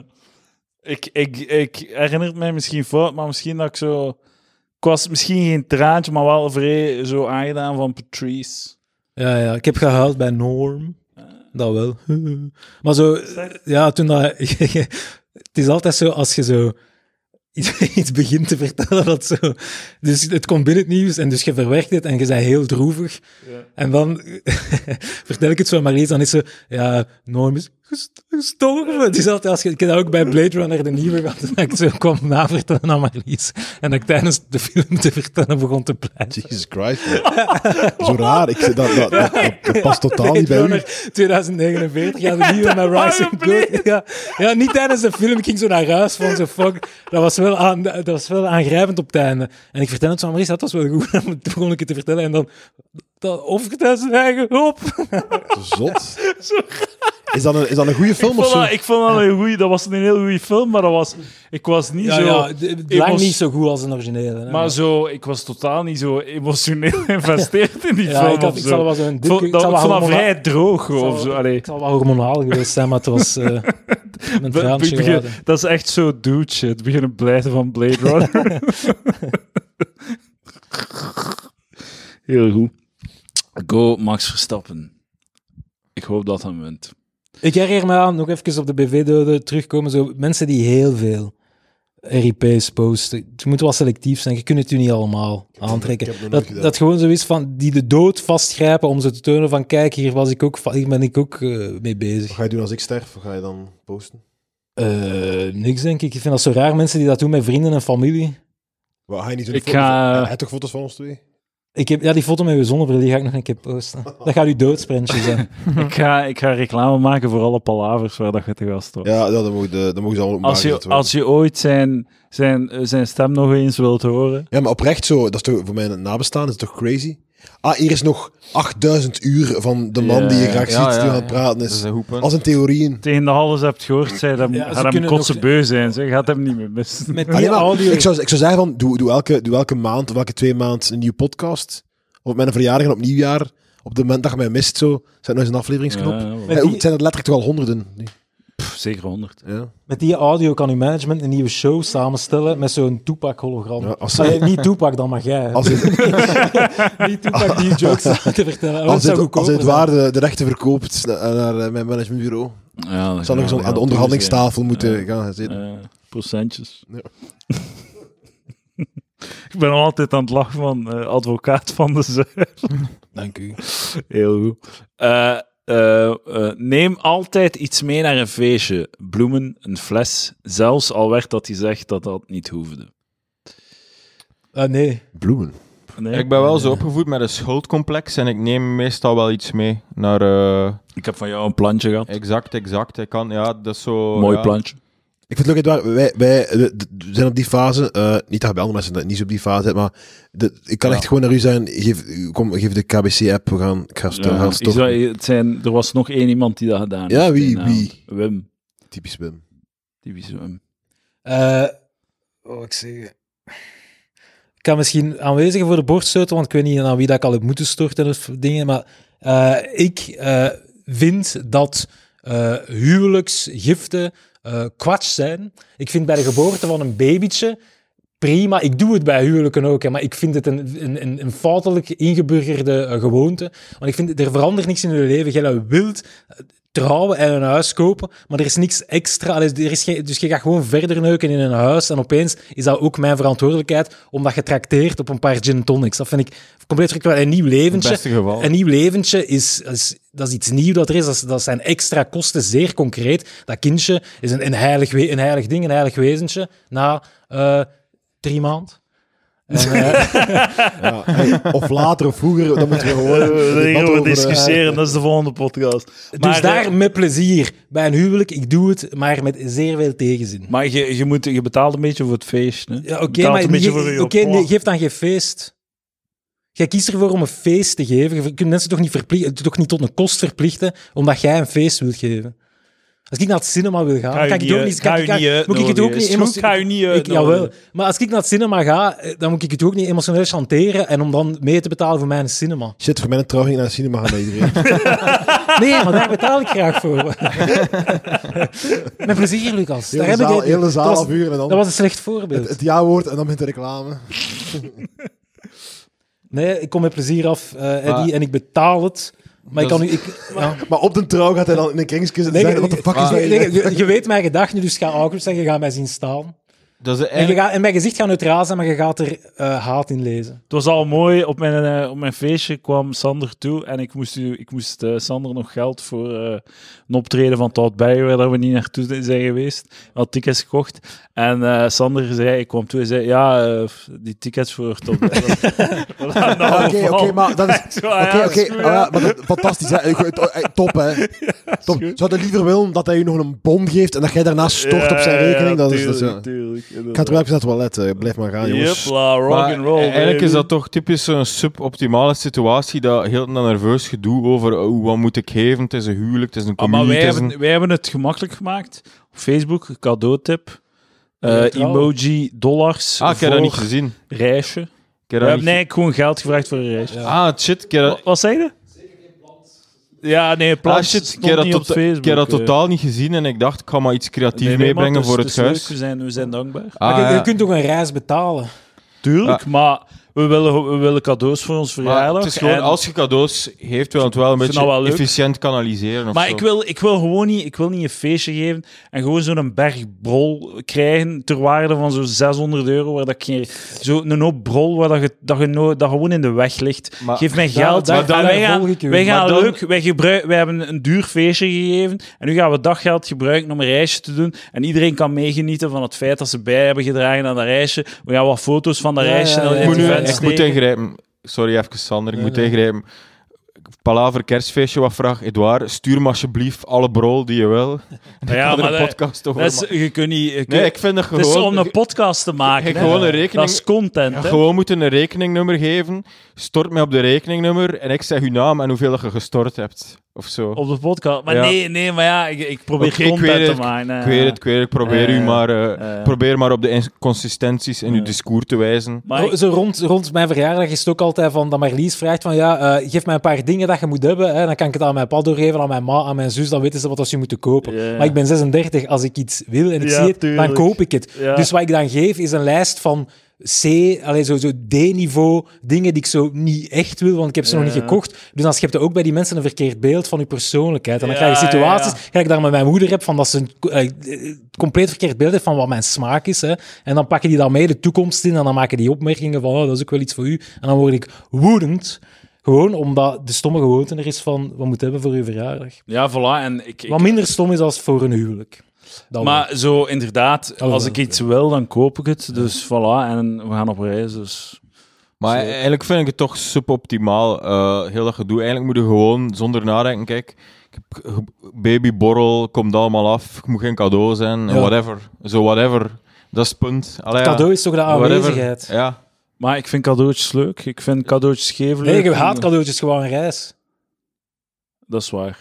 Speaker 1: Ik herinner het mij misschien fout, maar misschien dat ik zo... Ik was misschien geen traantje, maar wel vrij zo aangedaan van Patrice.
Speaker 4: Ja, ik heb gehuild bij Norm. Dat wel. Maar zo, ja, toen dat... Het is altijd zo, als je zo iets begint te vertellen, dat zo... Dus het komt binnen het nieuws en dus je verwerkt het en je bent heel droevig.
Speaker 1: Ja.
Speaker 4: En dan vertel ik het zo aan Marlies, dan is zo... Ja, Norm is gestorven. Het is altijd, als je, ik heb dat ook bij Blade Runner, de nieuwe, gehad, dat ik zo kwam navertellen aan Marlies. En dat ik tijdens de film te vertellen begon te pleiten.
Speaker 3: Jesus Christ. Man. Zo raar. Dat past totaal niet bij u.
Speaker 4: Runner 2049, ja, de nieuwe met Rising Good. Ja, niet tijdens de film, ik ging zo naar huis van zo fuck. Dat was wel aangrijpend op het einde. En ik vertel het zo aan Marlies, dat was wel goed. Toen begon ik het te vertellen en dan offert hij zijn eigen hoop.
Speaker 3: Zot. Is dat een goede film of zo?
Speaker 1: Ik vond dat een goeie, dat was een heel goede film, maar ik was niet zo...
Speaker 4: Lang niet zo goed als een originele. Hè,
Speaker 1: Maar zo, ik was totaal niet zo emotioneel geïnvesteerd in die film.
Speaker 4: Ik zal wel zo'n
Speaker 1: Ik vond dat vrij droog of zo. Allee.
Speaker 4: Het zal wel hormonaal geweest zijn, maar het was een traantje gelaten.
Speaker 1: Dat is echt zo dude shit. Beginnen blijten van Blade Runner. Heel goed. Go Max Verstappen. Ik hoop dat hij wint.
Speaker 4: Ik herinner me aan, nog even op de BV-doden terugkomen, zo mensen die heel veel RIP's posten. Het moet wel selectief zijn, je kunt het u niet allemaal aantrekken. Dat gewoon zo is van, die de dood vastgrijpen om ze te tonen van, kijk, hier ben ik ook mee bezig.
Speaker 3: Wat ga je doen als ik sterf? Of ga je dan posten?
Speaker 4: Niks, denk ik. Ik vind dat zo raar, mensen die dat doen met vrienden en familie.
Speaker 3: Wat, ga je niet doen?
Speaker 1: Hij
Speaker 3: hebt toch foto's van ons twee?
Speaker 4: Ik heb, die foto met uw zonnebril, die ga ik nog een keer posten. Dat gaat uw doodsprentje zijn.
Speaker 1: Ik ga reclame maken voor alle palavers waar dat je te gast was.
Speaker 3: Ja, dat mogen ze allemaal maken.
Speaker 1: Als je ooit zijn stem nog eens wilt horen.
Speaker 3: Ja, maar oprecht zo, dat is toch voor mij een nabestaan, is het toch crazy? Hier is nog 8000 uur van de man die je graag ziet die aan het praten is.
Speaker 2: Dat is een goed punt.
Speaker 3: Als een theorieën.
Speaker 1: Tegen de halve hebt gehoord, zei dat gaat hem kotsebeu zijn. Ze gaat hem niet meer missen.
Speaker 4: Met die audio...
Speaker 3: Ik zou zeggen van, doe elke maand of elke 2 maanden een nieuwe podcast. Of op mijn verjaardag en op nieuwjaar, op het moment dat je mij mist, zo, zet nog eens een afleveringsknop. Het zijn er letterlijk toch al honderden.
Speaker 1: Zeker 100.
Speaker 3: Ja.
Speaker 4: Met die audio kan uw management een nieuwe show samenstellen met zo'n Tupac-hologram.
Speaker 3: Ja,
Speaker 4: niet Tupac, dan mag jij. Niet Tupac die jokes te vertellen.
Speaker 3: Als hij het waarde de rechten verkoopt naar mijn managementbureau, zal nog eens aan de onderhandelingstafel moeten gaan zitten.
Speaker 1: Procentjes.
Speaker 3: Ja.
Speaker 1: Ik ben altijd aan het lachen van advocaat van de Zuid.
Speaker 4: Dank u.
Speaker 1: Heel goed. Neem altijd iets mee naar een feestje. Bloemen, een fles. Zelfs al werd dat gezegd dat dat niet hoefde.
Speaker 4: Nee.
Speaker 3: Bloemen.
Speaker 1: Nee?
Speaker 2: Ik ben wel zo opgevoed met een schuldcomplex en ik neem meestal wel iets mee naar...
Speaker 1: Ik heb van jou een plantje gehad.
Speaker 2: Exact. Ik kan, ja, dat is zo...
Speaker 1: Mooi
Speaker 2: ja.
Speaker 1: plantje.
Speaker 3: Ik vind het leuk, wij zijn op die fase, niet dat je bij andere mensen niet zo op die fase zit, maar ik kan echt gewoon naar u zijn, geef de KBC-app, ik ga storten.
Speaker 1: Er was nog één iemand die dat gedaan heeft.
Speaker 3: Ja, wie?
Speaker 1: Wim.
Speaker 3: Typisch Wim.
Speaker 1: Wim.
Speaker 4: Ik zeg... Ik kan misschien aanwezigen voor de borst stoten, want ik weet niet aan wie dat ik al heb moeten storten of dingen, maar ik vind dat huwelijksgiften kwats zijn. Ik vind bij de geboorte van een babytje prima. Ik doe het bij huwelijken ook, hè, maar ik vind het een foutelijk ingeburgerde gewoonte. Want ik vind, er verandert niks in je leven. Je wilt trouwen en een huis kopen, maar er is niks extra. Dus je gaat gewoon verder neuken in een huis en opeens is dat ook mijn verantwoordelijkheid omdat je trakteert op een paar gin tonics. Dat vind ik compleet verkeerd. Een nieuw leventje.
Speaker 2: Het beste geval.
Speaker 4: Een nieuw leventje dat is iets nieuws dat er is. Dat zijn extra kosten, zeer concreet. Dat kindje is een heilig ding, een heilig wezentje na 3 maanden. En,
Speaker 3: Ja, of later of vroeger, dan moeten we gewoon...
Speaker 1: Daar gaan we
Speaker 3: over,
Speaker 1: discussiëren, dat is de volgende podcast.
Speaker 4: dus
Speaker 1: Maar,
Speaker 4: daar met plezier. Bij een huwelijk, ik doe het, maar met zeer veel tegenzin.
Speaker 1: Maar je betaalt een beetje voor het feest. Hè?
Speaker 4: Ja,
Speaker 1: Je
Speaker 4: oké,
Speaker 1: betaalt
Speaker 4: maar
Speaker 1: een beetje voor je plan.
Speaker 4: nee, geef dan geen feest. Jij kiest ervoor om een feest te geven. Je kunt mensen toch niet tot een kost verplichten omdat jij een feest wilt geven. Als ik naar het cinema wil gaan, kan ik het ook niet... Moet ik het ook niet
Speaker 1: Ga je niet uitnodigen.
Speaker 4: Jawel. Maar als ik naar het cinema ga, dan moet ik het ook niet emotioneel chanteren en om dan mee te betalen voor mijn cinema.
Speaker 3: Shit, voor mijn trouwing naar de cinema gaan bij iedereen.
Speaker 4: Nee, maar daar betaal ik graag voor. Met plezier, Lucas. Daar heb ik
Speaker 3: Hele zaal
Speaker 4: dat was-
Speaker 3: afhuren en dan
Speaker 4: Dat was een slecht voorbeeld.
Speaker 3: het ja-woord en dan met de reclame.
Speaker 4: Nee, ik kom met plezier af, Eddie, en ik betaal het. Maar ik
Speaker 2: Dat
Speaker 4: kan
Speaker 2: is-
Speaker 4: nu... Ja.
Speaker 3: Maar op de trouw gaat hij dan in een kringsje zitten en zeggen, wat de fuck is dat hier?
Speaker 4: je weet mijn gedachten, dus ga awkward zijn, je gaat mij zien staan.
Speaker 2: Dat is
Speaker 4: En,
Speaker 2: eigenlijk...
Speaker 4: en mijn gezicht gaat neutraal zijn, maar je gaat er haat in lezen.
Speaker 1: Het was al mooi. Op mijn feestje kwam Sander toe en ik moest Sander nog geld voor een optreden van Todd Bijer, waar we niet naartoe zijn geweest. Ik had tickets gekocht. En Sander zei, ik kwam toe en zei, ja, die tickets voor Todd Bijer.
Speaker 3: Oké, maar dat is...
Speaker 1: Zo, ah, ja,
Speaker 3: Oké,
Speaker 1: is goed,
Speaker 3: ah, ja, maar dat, fantastisch. Hè. Top, hè. Top.
Speaker 1: goed.
Speaker 3: Zou je liever willen dat hij je nog een bon geeft en dat jij daarna stort op zijn rekening? Dat is, ja.
Speaker 1: Tuurlijk,
Speaker 3: Ik ga terwijl ik naar het toilet. Blijf maar gaan, jongens.
Speaker 1: Jepla, rock
Speaker 2: Maar
Speaker 1: and roll.
Speaker 2: eigenlijk
Speaker 1: baby.
Speaker 2: is dat toch typisch zo'n suboptimale situatie, dat heel nerveus gedoe over wat moet ik geven, het is een huwelijk, het is een
Speaker 1: Ah, maar
Speaker 2: communie, het is een...
Speaker 1: wij hebben het gemakkelijk gemaakt. Op Facebook, cadeautip.
Speaker 4: Ja, trouw.
Speaker 1: Emoji, dollars
Speaker 2: Ah, ik heb dat niet
Speaker 1: voor
Speaker 2: gezien.
Speaker 1: reisje.
Speaker 2: Ik heb
Speaker 1: We
Speaker 2: dat
Speaker 1: hebben
Speaker 2: niet...
Speaker 1: nee, gewoon geld gevraagd voor een reisje.
Speaker 2: Ah, shit, ik heb dat...
Speaker 1: Wat zei je? Ja, nee, plan
Speaker 2: Ah, shit, ik
Speaker 1: stond
Speaker 2: heb dat,
Speaker 1: niet op Facebook.
Speaker 2: ik heb dat totaal niet gezien en ik dacht, ik ga maar iets creatiefs
Speaker 1: Nee,
Speaker 2: meebrengen
Speaker 1: maar
Speaker 2: voor
Speaker 1: het
Speaker 2: het
Speaker 1: is
Speaker 2: huis.
Speaker 1: leuk, we zijn dankbaar.
Speaker 2: Ah,
Speaker 4: Maar je
Speaker 2: ja.
Speaker 4: kunt toch een reis betalen?
Speaker 1: Tuurlijk, maar we willen cadeaus voor ons
Speaker 2: Maar
Speaker 1: verjaardag.
Speaker 2: het is gewoon,
Speaker 1: en-
Speaker 2: als je cadeaus geeft, wil je het wel een
Speaker 1: vind
Speaker 2: beetje
Speaker 1: dat wel leuk.
Speaker 2: efficiënt kanaliseren. Of
Speaker 1: Maar
Speaker 2: zo.
Speaker 1: ik wil gewoon niet, ik wil niet een feestje geven en gewoon zo'n berg brol krijgen ter waarde van zo'n €600, waar dat ik geen, zo'n hoop brol waar dat gewoon in de weg ligt.
Speaker 2: Maar-
Speaker 1: Geef mij
Speaker 4: Daar-
Speaker 1: geld.
Speaker 4: daar-
Speaker 1: En
Speaker 4: daar
Speaker 1: wij
Speaker 4: volg ik u.
Speaker 1: wij gaan
Speaker 2: Maar dan-
Speaker 1: leuk, wij hebben een duur feestje gegeven en nu gaan we dat geld gebruiken om een reisje te doen en iedereen kan meegenieten van het feit dat ze bij hebben gedragen aan dat reisje. We gaan wat foto's van dat
Speaker 4: Ja,
Speaker 1: reisje
Speaker 4: ja, ja.
Speaker 1: in
Speaker 2: Ik
Speaker 1: het
Speaker 2: moet, nu,
Speaker 1: event
Speaker 2: ik moet
Speaker 1: steken.
Speaker 2: ingrijpen. Sorry, even Sander. Ik
Speaker 4: Ja,
Speaker 2: moet
Speaker 4: nee.
Speaker 2: ingrijpen. Palaver kerstfeestje, wat vraag. Edouard, stuur me alsjeblieft alle brol die je wil.
Speaker 1: Ja,
Speaker 2: Ik ga er
Speaker 1: maar
Speaker 2: een
Speaker 1: dat-
Speaker 2: podcast over
Speaker 1: dat is-
Speaker 2: maken.
Speaker 1: je kunt niet...
Speaker 2: Nee, ik vind dat
Speaker 1: het is
Speaker 2: gewoon...
Speaker 1: om een podcast te maken.
Speaker 2: je
Speaker 1: hè.
Speaker 2: gewoon een rekening-
Speaker 1: Dat is content.
Speaker 2: Ja,
Speaker 1: hè.
Speaker 2: gewoon moeten een rekeningnummer geven. Stort mij op de rekeningnummer en ik zeg uw naam en hoeveel je gestort hebt. Of zo.
Speaker 1: Op de podcast. Maar
Speaker 2: Ja.
Speaker 1: nee, maar ja, ik probeer
Speaker 2: Oké, ik
Speaker 1: content
Speaker 2: weet
Speaker 1: te
Speaker 2: het,
Speaker 1: maken.
Speaker 2: Ik weet het. Ik probeer u maar, probeer maar op de inconsistenties in uw discours te wijzen.
Speaker 1: Maar ik-
Speaker 4: Zo rond mijn verjaardag is het ook altijd van dat Marlies vraagt van geef mij een paar dingen dat je moet hebben. Hè, dan kan ik het aan mijn pa doorgeven, aan mijn ma, aan mijn zus. Dan weten ze wat ze moeten kopen.
Speaker 1: Ja.
Speaker 4: Maar ik ben 36. Als ik iets wil en ik
Speaker 1: Ja,
Speaker 4: zie het,
Speaker 1: tuurlijk.
Speaker 4: dan koop ik het.
Speaker 1: Ja.
Speaker 4: Dus wat ik dan geef is een lijst van zo D-niveau dingen die ik zo niet echt wil, want ik heb ze nog niet gekocht. Dus dan schept je ook bij die mensen een verkeerd beeld van je persoonlijkheid. En dan
Speaker 1: Ja,
Speaker 4: krijg je situaties,
Speaker 1: ja.
Speaker 4: gelijk ik daar met mijn moeder heb, van dat ze een compleet verkeerd beeld heeft van wat mijn smaak is. Hè. En dan pakken die dan mee de toekomst in en dan maken die opmerkingen van dat is ook wel iets voor u. En dan word ik woedend. Gewoon omdat de stomme gewoonte er is van wat moet hebben voor uw verjaardag.
Speaker 1: ja, voilà. En ik,
Speaker 4: Wat minder stom is als voor een huwelijk. Dat
Speaker 1: maar zo inderdaad,
Speaker 4: Oh,
Speaker 1: als
Speaker 4: ja.
Speaker 1: ik iets wil, dan koop ik het. Dus voilà, en we gaan op reis. Dus.
Speaker 2: Maar
Speaker 1: Zo.
Speaker 2: eigenlijk vind ik het toch suboptimaal, heel dat gedoe. Eigenlijk moet je gewoon zonder nadenken, kijk, ik heb babyborrel, komt allemaal af, ik moet geen cadeau zijn, en
Speaker 4: Ja.
Speaker 2: whatever. Zo whatever, dat is het punt. Allee, ja,
Speaker 4: cadeau is toch de
Speaker 2: whatever.
Speaker 4: aanwezigheid.
Speaker 2: Ja.
Speaker 1: Maar ik vind cadeautjes leuk. Ik vind cadeautjes geven leuk.
Speaker 4: Nee, je haat cadeautjes, gewoon een reis.
Speaker 1: Dat is waar.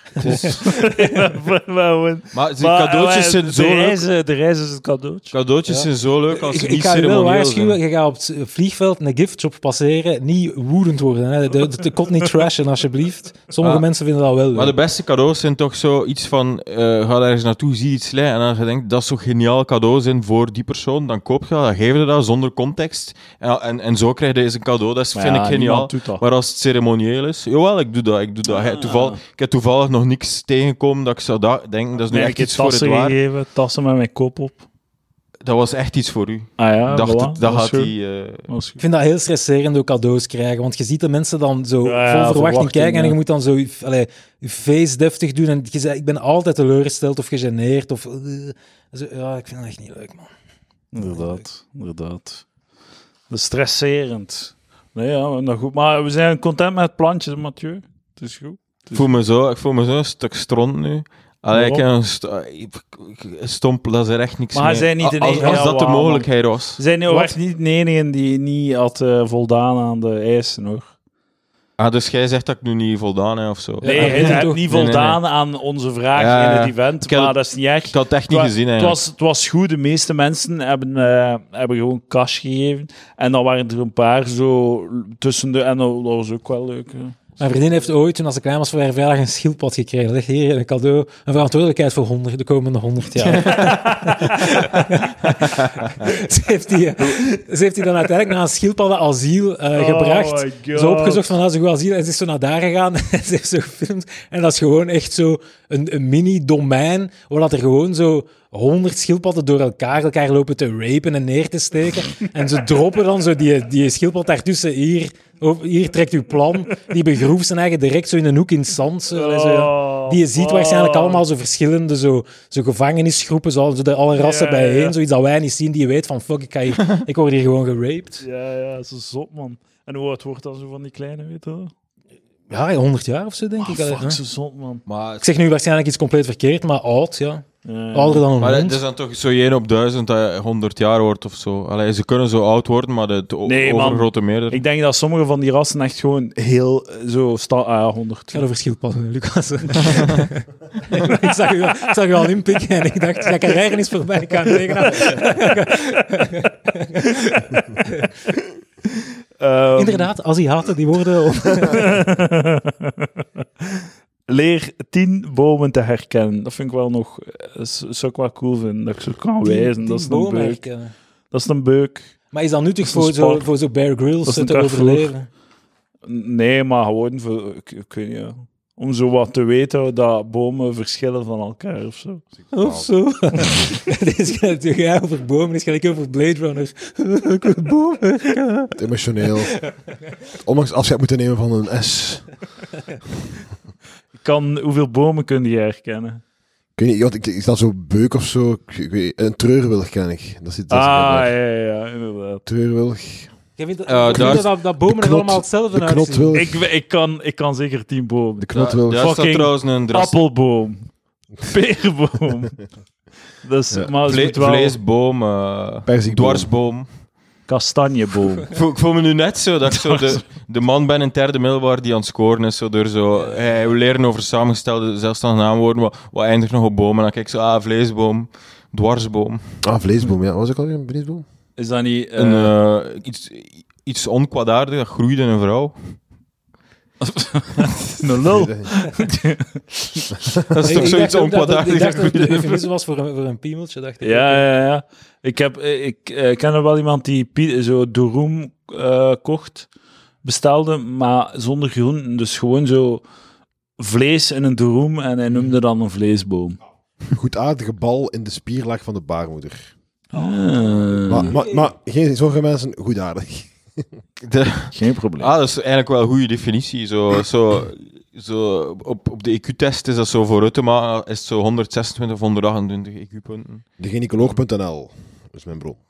Speaker 2: Maar die cadeautjes zijn zo leuk.
Speaker 1: De reis is het cadeautje.
Speaker 2: Cadeautjes
Speaker 4: Ja.
Speaker 2: zijn zo leuk als ze
Speaker 4: Ik
Speaker 2: niet
Speaker 4: ga je wel
Speaker 2: ceremonieel
Speaker 4: waarschuwen,
Speaker 2: zijn.
Speaker 4: je gaat op het vliegveld een giftshop passeren, niet woedend worden. Hè. De kot niet trashen, alsjeblieft. Sommige
Speaker 2: Ah.
Speaker 4: mensen vinden dat wel leuk.
Speaker 2: Maar de beste cadeaus zijn toch zo iets van, ga ergens naartoe, zie iets slecht, en als je denkt, dat is zo'n geniaal cadeau zijn voor die persoon, dan koop je dat, dan geef je dat zonder context. En zo krijg je eens een cadeau, dat
Speaker 1: Maar
Speaker 2: vind
Speaker 1: ja,
Speaker 2: ik geniaal.
Speaker 1: niemand doet dat.
Speaker 2: Maar als het ceremonieel is, jawel, ik doe dat. Ik heb toevallig nog niks tegengekomen dat ik zou denken, dat is nu
Speaker 1: Nee,
Speaker 2: echt
Speaker 1: ik heb
Speaker 2: iets voor het
Speaker 1: tassen
Speaker 2: waar.
Speaker 1: gegeven, tassen met mijn kop op.
Speaker 2: Dat was echt iets voor u.
Speaker 1: Ah ja,
Speaker 2: Ik dacht,
Speaker 1: voilà,
Speaker 2: dat
Speaker 1: was
Speaker 2: had
Speaker 1: goed.
Speaker 2: hij...
Speaker 1: Was
Speaker 4: Ik
Speaker 1: goed.
Speaker 4: vind dat heel stresserend, ook cadeaus krijgen. Want je ziet de mensen dan zo
Speaker 1: Ja, ja,
Speaker 4: vol verwachting
Speaker 1: verwachting,
Speaker 4: kijken en
Speaker 1: ja.
Speaker 4: je moet dan zo je face deftig doen. En je zegt, ik ben altijd teleurgesteld of gegeneerd. Zo, ja, ik vind dat echt niet leuk, man.
Speaker 1: Inderdaad. Dat is stresserend. Nee, ja, nou goed. Maar we zijn content met het plantje, Mathieu. Het is goed.
Speaker 2: Ik voel me zo een stuk stront nu. Allee, ik heb een stomp, dat is er echt niks
Speaker 1: Maar
Speaker 2: mee.
Speaker 1: hij zei niet de enige.
Speaker 2: Als dat de
Speaker 1: Ja,
Speaker 2: mogelijkheid was.
Speaker 1: Ze zijn nu echt niet de enige die niet had voldaan aan de eisen, hoor.
Speaker 2: Ah, dus jij zegt dat ik nu niet voldaan heb of zo?
Speaker 1: Nee,
Speaker 4: hij
Speaker 1: hij
Speaker 4: heeft
Speaker 1: heeft
Speaker 4: toch-
Speaker 1: niet
Speaker 2: Nee,
Speaker 1: voldaan aan onze vraag
Speaker 2: Ja,
Speaker 1: in het event,
Speaker 2: ik had-
Speaker 1: maar dat is niet echt.
Speaker 2: Ik had het echt niet gezien eigenlijk.
Speaker 1: Het was goed. De meeste mensen hebben gewoon cash gegeven. En dan waren er een paar zo tussen de... En dat was ook wel leuk. Hè.
Speaker 4: Mijn vriendin heeft ooit, toen als ik klein was, voor haar verjaardag een schildpad gekregen. Dat is hier een cadeau, een verantwoordelijkheid voor de komende 100 jaar. Ze heeft die dan uiteindelijk naar een schildpaddenasiel gebracht.
Speaker 1: my God.
Speaker 4: Zo opgezocht van, ze goed asiel. En ze is zo naar daar gegaan en ze heeft zo gefilmd. En dat is gewoon echt zo een mini-domein, waar dat er gewoon zo 100 schildpadden door elkaar lopen te rapen en neer te steken. En ze droppen dan zo die schildpad daartussen. Hier trekt uw plan. Die begroeft zijn eigen direct zo in een hoek in het zand. Zo, en zo, ja. Die je ziet waarschijnlijk allemaal zo verschillende zo gevangenisgroepen, zo de alle rassen bijeen. Zoiets dat wij niet zien, die je weet van fuck, ik word hier gewoon geraped.
Speaker 1: Ja, zo zot, man. En hoe oud wordt dat zo van die kleine, weet je wel?
Speaker 4: Ja, 100 jaar of zo, denk ik.
Speaker 1: Fuck,
Speaker 4: Ja.
Speaker 1: zo zot, man.
Speaker 2: Maar
Speaker 4: Ik zeg nu waarschijnlijk iets compleet verkeerd, maar oud, ja. Ouder dan een
Speaker 2: Maar
Speaker 4: hond.
Speaker 2: het is dan toch zo 1 op 1000 dat 100 jaar wordt of zo. Allee, ze kunnen zo oud worden, maar het
Speaker 1: Nee, man.
Speaker 2: overgrote meerderheid...
Speaker 1: Ik denk dat sommige van die rassen echt gewoon heel zo... 100.
Speaker 4: Het gaat over schildpadden, Lucas. ik zag u al inpikken en ik dacht, ja, carrière is voorbij, ik kan het tegenaan. Inderdaad, Aziaten, die worden...
Speaker 1: Leer 10 bomen te herkennen. Dat vind ik wel nog... zou ik wel cool vinden, dat ik zo kan wijzen. Dat is een beuk. Dat is een beuk.
Speaker 4: Maar is dat nuttig
Speaker 1: Dat is een sport.
Speaker 4: voor zo Bear
Speaker 1: Dat
Speaker 4: Grylls
Speaker 1: is een
Speaker 4: te
Speaker 1: Carrefour.
Speaker 4: overleven?
Speaker 1: Nee, maar gewoon voor... Ik weet niet, ja. Om zo wat te weten dat bomen verschillen van elkaar of zo.
Speaker 4: Of zo. Dit gaat natuurlijk over bomen, dit gaat over Blade Runner. Ik wil bomen.
Speaker 3: Het emotioneel. Ondanks afscheid moeten nemen van een S.
Speaker 1: Hoeveel bomen kun je herkennen?
Speaker 3: Ik weet niet, want ik sta zo beuk of zo. Ik weet, een treurwilg ken ik. Dat zit
Speaker 1: Ja, inderdaad.
Speaker 3: treurwilg.
Speaker 4: Ik vind
Speaker 2: daar is-
Speaker 4: dat bomen er allemaal hetzelfde
Speaker 3: De
Speaker 4: uitzien.
Speaker 3: knotwilg.
Speaker 1: Ik kan zeker 10 bomen.
Speaker 3: De knotwilg.
Speaker 2: Daar staat
Speaker 1: Fucking
Speaker 2: trouwens een
Speaker 1: Appelboom. Perenboom. Dus,
Speaker 3: Ja.
Speaker 1: maar het moet wel
Speaker 2: vleesboom,
Speaker 3: Perzikboom.
Speaker 2: dwarsboom.
Speaker 1: kastanjeboom.
Speaker 2: Ik voel me nu net zo dat ik zo de man ben in het 3e middelbaar die aan het scoren is. Zo door zo, we leren over samengestelde zelfstandige naamwoorden, wat eindigt nog op bomen. Dan kijk ik zo, vleesboom, dwarsboom.
Speaker 3: Vleesboom, ja. Was ik al een vleesboom?
Speaker 1: Is dat niet...
Speaker 2: Iets onkwaadaardig, dat groeide in een vrouw.
Speaker 1: een lul?
Speaker 2: Dat is toch zoiets onkwaadaardig,
Speaker 4: Ik
Speaker 2: dat
Speaker 4: dacht dat het
Speaker 2: groeide in
Speaker 4: een
Speaker 2: een vrouw.
Speaker 4: eufemisme was voor een piemeltje, dacht ik.
Speaker 1: Ja. Ik ken er wel iemand die zo durum kocht, bestelde, maar zonder groenten. Dus gewoon zo vlees in een durum en hij noemde dan een vleesboom.
Speaker 3: Goedaardige bal in de spierlaag van de baarmoeder.
Speaker 1: Ah.
Speaker 3: Maar geen zorgen mensen, goedaardig.
Speaker 1: Geen probleem.
Speaker 2: Dat is eigenlijk wel een goede definitie. Zo op de IQ-test is dat zo voor Uttema, is het zo 126 of 128 IQ-punten.
Speaker 3: De gynaecoloog.nl is mijn bron.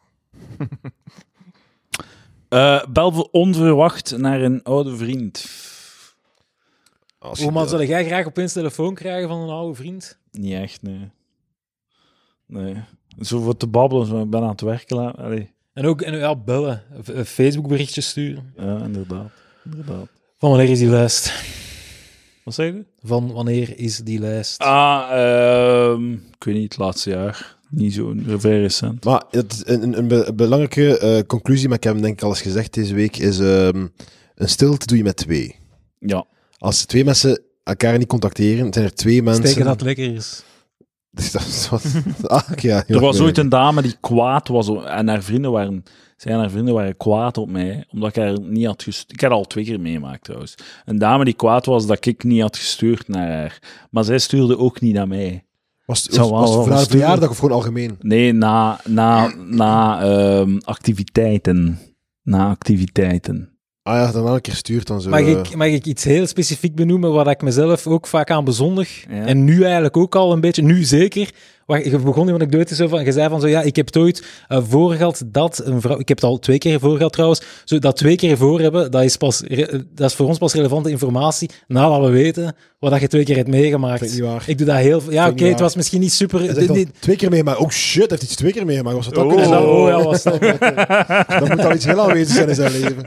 Speaker 1: Bel onverwacht naar een oude vriend.
Speaker 3: Als
Speaker 4: Hoe
Speaker 3: je
Speaker 4: man,
Speaker 3: dat-
Speaker 4: zou jij graag opeens telefoon krijgen van een oude vriend?
Speaker 1: Niet echt, nee. Zo voor te babbelen, zo, ik ben aan het werken. Allee.
Speaker 4: En bellen, Facebook-berichtjes sturen.
Speaker 1: Ja, inderdaad.
Speaker 4: Van wanneer is die lijst?
Speaker 1: Wat zei je?
Speaker 4: Van wanneer is die lijst?
Speaker 1: Ik weet niet, het laatste jaar. Niet zo vrij recent.
Speaker 3: Maar het is een belangrijke conclusie, maar ik heb hem denk ik al eens gezegd deze week, is een stilte doe je met 2.
Speaker 1: Ja.
Speaker 3: Als 2 mensen elkaar niet contacteren, zijn er 2 mensen...
Speaker 4: Steken dat lekker is.
Speaker 3: Dus dat is wat... oké, ja,
Speaker 1: Er was ooit een dame die kwaad was en haar vrienden waren kwaad op mij, omdat ik haar niet had gestuurd. Ik heb het al 2 keer meemaakt trouwens. Een dame die kwaad was dat ik niet had gestuurd naar haar. Maar zij stuurde ook niet naar mij.
Speaker 3: Was
Speaker 1: Zou wel
Speaker 3: het voor haar
Speaker 1: sturen.
Speaker 3: verjaardag of gewoon algemeen?
Speaker 1: Nee, na activiteiten. Na activiteiten.
Speaker 3: Ah ja, dan een keer stuurt dan zo...
Speaker 4: Mag ik iets heel specifiek benoemen waar ik mezelf ook vaak aan bezondig?
Speaker 1: Ja.
Speaker 4: En nu eigenlijk ook al een beetje, nu zeker, Je begon die anekdote zo van... Je zei van zo, ja, ik heb het ooit voorgehad dat een vrouw... Ik heb het al 2 keer voorgehad trouwens. Zo, dat 2 keer voor hebben, dat is voor ons pas relevante informatie, nadat we weten wat dat je 2 keer hebt meegemaakt.
Speaker 3: Vind ik niet waar.
Speaker 4: Ik doe dat heel... Ja, oké, het was misschien niet super...
Speaker 3: Hij zegt al 2 keer meegemaakt. Oh shit, hij heeft iets 2 keer meegemaakt. Was dat ook?
Speaker 4: Oh, ja, was dat...
Speaker 3: Dat moet al iets heel aanwezig zijn in zijn leven.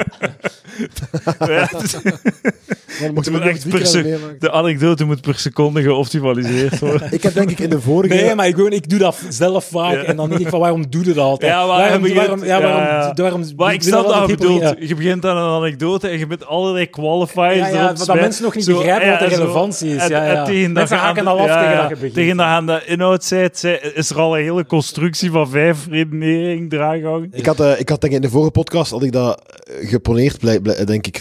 Speaker 3: Dan mocht hij nog 3 keer hebben meegemaakt.
Speaker 1: De anekdote moet per seconde geoptimaliseerd worden.
Speaker 3: Ik heb denk ik in de vorige...
Speaker 4: Nee, maar ik doe dat zelf vaak.
Speaker 1: Ja.
Speaker 4: En dan denk ik van, waarom doe je dat altijd?
Speaker 1: Ja,
Speaker 4: waarom
Speaker 1: Maar ik snap dat je bedoelt. Je begint aan een anekdote en je bent allerlei qualifiers erop
Speaker 4: dat mensen nog niet begrijpen wat de relevantie is. Mensen haken al af tegen dat je begint.
Speaker 1: Tegen dat je aan de inhoud zijt, is er al een hele constructie van 5 redenering eraan gehangen.
Speaker 3: Ik had denk ik in de vorige podcast had ik dat geponeerd, denk ik,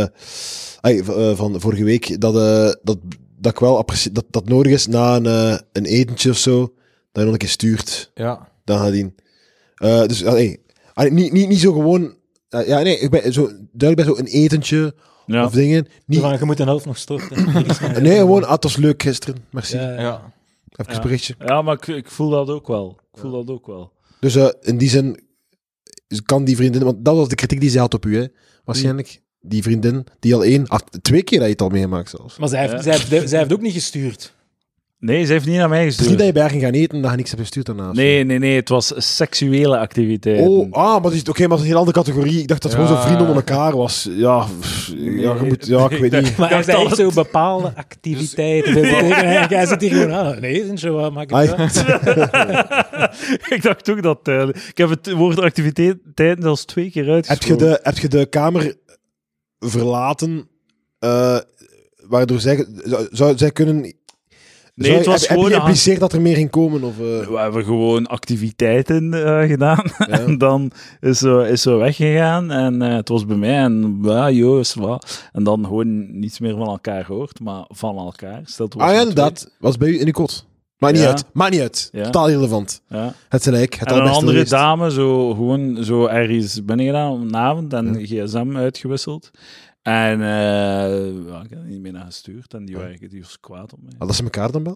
Speaker 3: van vorige week, dat ik wel apprecieer, dat nodig is na een etentje of zo, dat je nog een keer stuurt.
Speaker 2: Ja.
Speaker 3: Dan nadien. Dus niet zo gewoon... ik ben zo duidelijk bij zo'n etentje of dingen. Niet,
Speaker 4: Je moet een helft nog storten.
Speaker 3: nee, gewoon, het was leuk gisteren. Merci.
Speaker 2: Ja.
Speaker 3: Even een berichtje.
Speaker 1: Ja, maar ik voel dat ook wel.
Speaker 3: Dus in die zin kan die vriendin... Want dat was de kritiek die zij had op u, hè, waarschijnlijk. Die vriendin, die al 2 keer dat je het al meegemaakt zelfs.
Speaker 4: Maar zij heeft ook niet gestuurd.
Speaker 1: Nee, ze heeft niet naar mij
Speaker 3: Het is
Speaker 1: gestuurd.
Speaker 3: niet dat je bij haar ging gaan eten en dat je niks hebt gestuurd daarna.
Speaker 1: Nee, het was seksuele activiteiten.
Speaker 3: Maar dat is maar dat is een heel andere categorie. Ik dacht dat het gewoon zo vrienden onder elkaar was. Ja, ik weet niet.
Speaker 4: Maar hij zei echt zo bepaalde activiteiten. Jij zit hier gewoon, nee, zo maak ik het
Speaker 1: Ik dacht ook dat duidelijk. Ik heb het woord activiteiten zelfs 2 keer uitgesproken.
Speaker 3: Heb je de kamer verlaten, waardoor zou zij kunnen...
Speaker 1: Nee, het was
Speaker 3: heb je
Speaker 1: gewoon...
Speaker 3: geïmpliceerd dat er meer ging komen? Of,
Speaker 1: We hebben gewoon activiteiten gedaan.
Speaker 3: Ja.
Speaker 1: En dan is ze weggegaan. En het was bij mij. En is wat. En dan gewoon niets meer van elkaar gehoord. Maar van elkaar.
Speaker 3: inderdaad. Was bij u in de kot. Maakt niet uit.
Speaker 1: Ja.
Speaker 3: Totaal irrelevant.
Speaker 1: Ja.
Speaker 3: Het gelijk. Het
Speaker 1: En
Speaker 3: al
Speaker 1: een
Speaker 3: best
Speaker 1: andere
Speaker 3: geweest.
Speaker 1: dame zo ergens binnen gedaan op een avond. En gsm uitgewisseld. En ik heb er niet meer naar gestuurd. En die was kwaad op mij.
Speaker 3: Dat ze elkaar dan wel?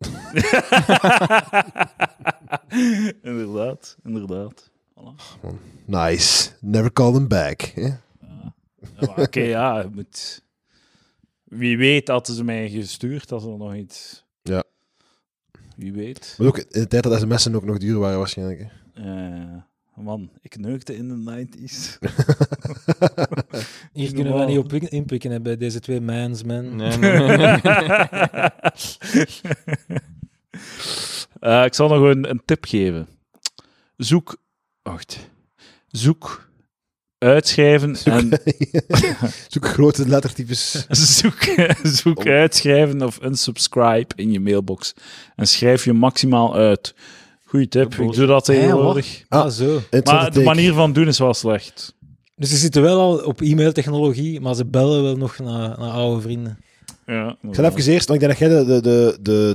Speaker 1: Inderdaad. Voilà.
Speaker 3: Nice. Never call them back. Hè?
Speaker 1: Oké, je moet... Wie weet hadden ze mij gestuurd, als er nog iets...
Speaker 3: Ja.
Speaker 1: Wie weet.
Speaker 3: Maar ook in de tijd dat sms'en ook nog duur waren waarschijnlijk. Hè?
Speaker 1: Man, ik neukte in de 90s.
Speaker 4: Hier kunnen we niet op inpikken hè, bij deze 2 mansmen.
Speaker 2: Nee.
Speaker 1: Ik zal nog een tip geven. Zoek uitschrijven en...
Speaker 3: Zoek grote lettertypes.
Speaker 1: Zoek uitschrijven of unsubscribe in je mailbox. En schrijf je maximaal uit. Goeie tip, ik doe dat tegenwoordig.
Speaker 4: Zo.
Speaker 1: Maar de manier van doen is wel slecht.
Speaker 4: Dus ze zitten wel al op e-mailtechnologie, maar ze bellen wel nog naar oude vrienden.
Speaker 1: Ja,
Speaker 3: Ik ga even eerst, want ik denk dat jij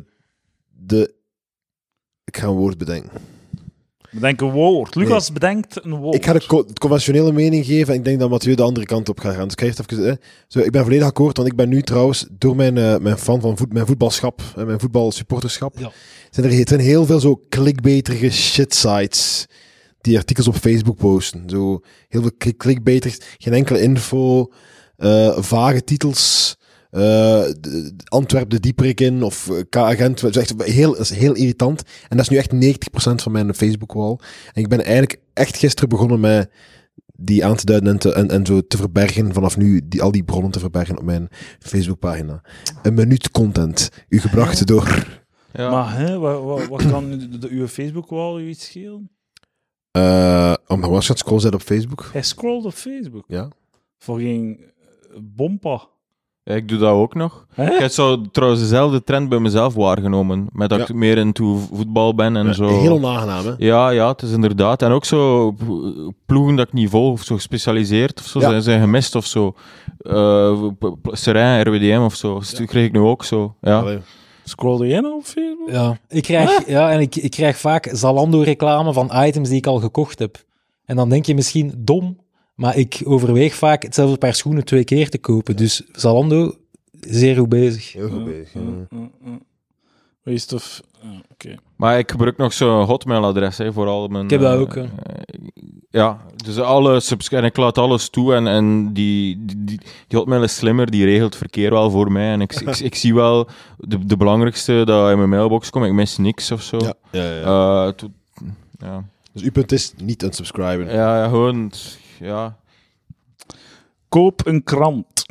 Speaker 3: ik ga een woord bedenken.
Speaker 1: Bedenk een woord. Lucas bedenkt een woord.
Speaker 3: Ik ga de conventionele mening geven en ik denk dat Mathieu de andere kant op gaat gaan. Dus ik ga eerst even... ik ben volledig akkoord, want ik ben nu trouwens door mijn fan van mijn voetbalschap en mijn voetbalsupporterschap, zijn heel veel zo clickbaiterige shit-sites die artikels op Facebook posten. Zo heel veel clickbaiters, geen enkele info, vage titels... Antwerp de Dieperik in of K-agent. Dat is heel irritant. En dat is nu echt 90% van mijn Facebook-wall. En ik ben eigenlijk echt gisteren begonnen met die aan te duiden en zo te verbergen, vanaf nu al die bronnen te verbergen op mijn Facebookpagina. Een minuut content, u gebracht door...
Speaker 2: Ja.
Speaker 1: Maar wat kan uw Facebook-wall u iets schelen?
Speaker 3: Omdat was gaan scrollen zijn op Facebook.
Speaker 1: Hij scrolt op Facebook.
Speaker 3: Ja.
Speaker 1: Voor geen bompa.
Speaker 2: Ja, ik doe dat ook nog.
Speaker 1: Hè?
Speaker 2: Ik heb zo trouwens dezelfde trend bij mezelf waargenomen. Met dat ik meer into voetbal ben en zo.
Speaker 3: Heel onaangenaam, hè?
Speaker 2: Ja, het is inderdaad. En ook zo ploegen dat ik niet volg, of zo gespecialiseerd of zo, zijn gemist of zo. Seraing, RWDM of zo. Dus dat kreeg ik nu ook zo. Ja.
Speaker 3: Allee.
Speaker 1: Scrollde jij nou op Facebook?
Speaker 4: Ja, ik krijg vaak Zalando-reclame van items die ik al gekocht heb. En dan denk je misschien dom, maar ik overweeg vaak hetzelfde paar schoenen 2 keer te kopen. Dus Zalando, zeer goed bezig.
Speaker 3: Heel goed bezig.
Speaker 1: Wees of... Oké.
Speaker 2: Maar ik gebruik nog zo'n Hotmail-adres voor al mijn...
Speaker 4: Ik heb dat ook. Hè.
Speaker 2: Ja, dus alle en ik laat alles toe en die Hotmail is slimmer, die regelt verkeer wel voor mij en ik zie wel de belangrijkste dat in mijn mailbox komt, ik mis niks of zo.
Speaker 3: Ja.
Speaker 2: Ja.
Speaker 3: Dus uw punt is niet unsubscriben.
Speaker 2: Ja, gewoon... Ja.
Speaker 1: Koop een krant.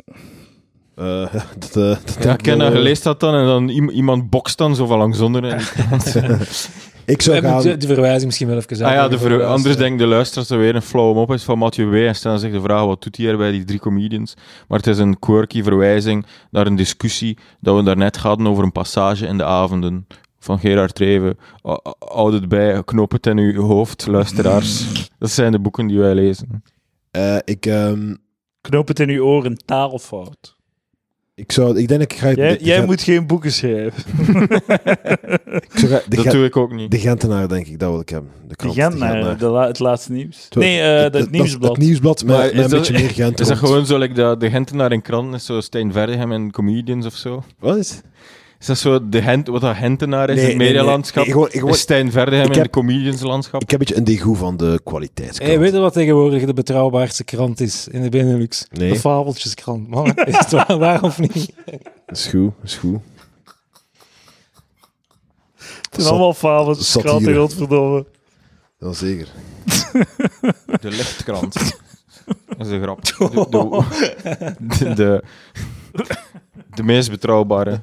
Speaker 2: Ik ken dat, je leest dat dan en dan iemand bokst dan zo van langs onder in die krant.
Speaker 3: Ik zou
Speaker 4: We hebben
Speaker 3: gaan...
Speaker 4: de verwijzing misschien wel even zeggen.
Speaker 2: Anders denkt de luisteraars dat weer een flauwe mop is van Mathieu W. En stellen zich de vraag, wat doet hij hier bij die 3 comedians? Maar het is een quirky verwijzing naar een discussie dat we daarnet hadden over een passage in de avonden van Gerard Reven. Houd het bij, knoop het in uw hoofd, luisteraars. Dat zijn de boeken die wij lezen.
Speaker 1: Knoop het in uw oren, taalfout.
Speaker 3: Ik denk dat ik ga...
Speaker 1: Jij moet geen boeken schrijven.
Speaker 2: Dat doe ik ook niet.
Speaker 3: De Gentenaar, denk ik, dat wil ik hebben.
Speaker 1: De Gentenaar, het laatste nieuws. Het nieuwsblad.
Speaker 3: Het nieuwsblad met
Speaker 2: Maar
Speaker 3: een beetje meer Gent.
Speaker 2: Is dat gewoon zo, like de Gentenaar in kranten is zo Stijn Verdegem en comedians of zo?
Speaker 3: Wat is?
Speaker 2: Is dat zo wat dat Gentenaar is,
Speaker 3: Nee,
Speaker 2: het medialandschap?
Speaker 3: nee, gewoon-
Speaker 2: Is Stijn Verdegem in het comedianslandschap?
Speaker 3: Ik heb een beetje een degoe van de kwaliteitskant.
Speaker 4: Hey, weet je wat tegenwoordig de betrouwbaarste krant is in de Benelux?
Speaker 3: Nee.
Speaker 4: De Fabeltjeskrant. Man, is het waar of niet?
Speaker 3: Dat is goed, dat is goed.
Speaker 1: Het zijn allemaal fabels,
Speaker 3: satire.
Speaker 1: kranten, godverdomme.
Speaker 3: Dat zeker.
Speaker 2: De lichtkrant. Dat is een grap. De meest betrouwbare.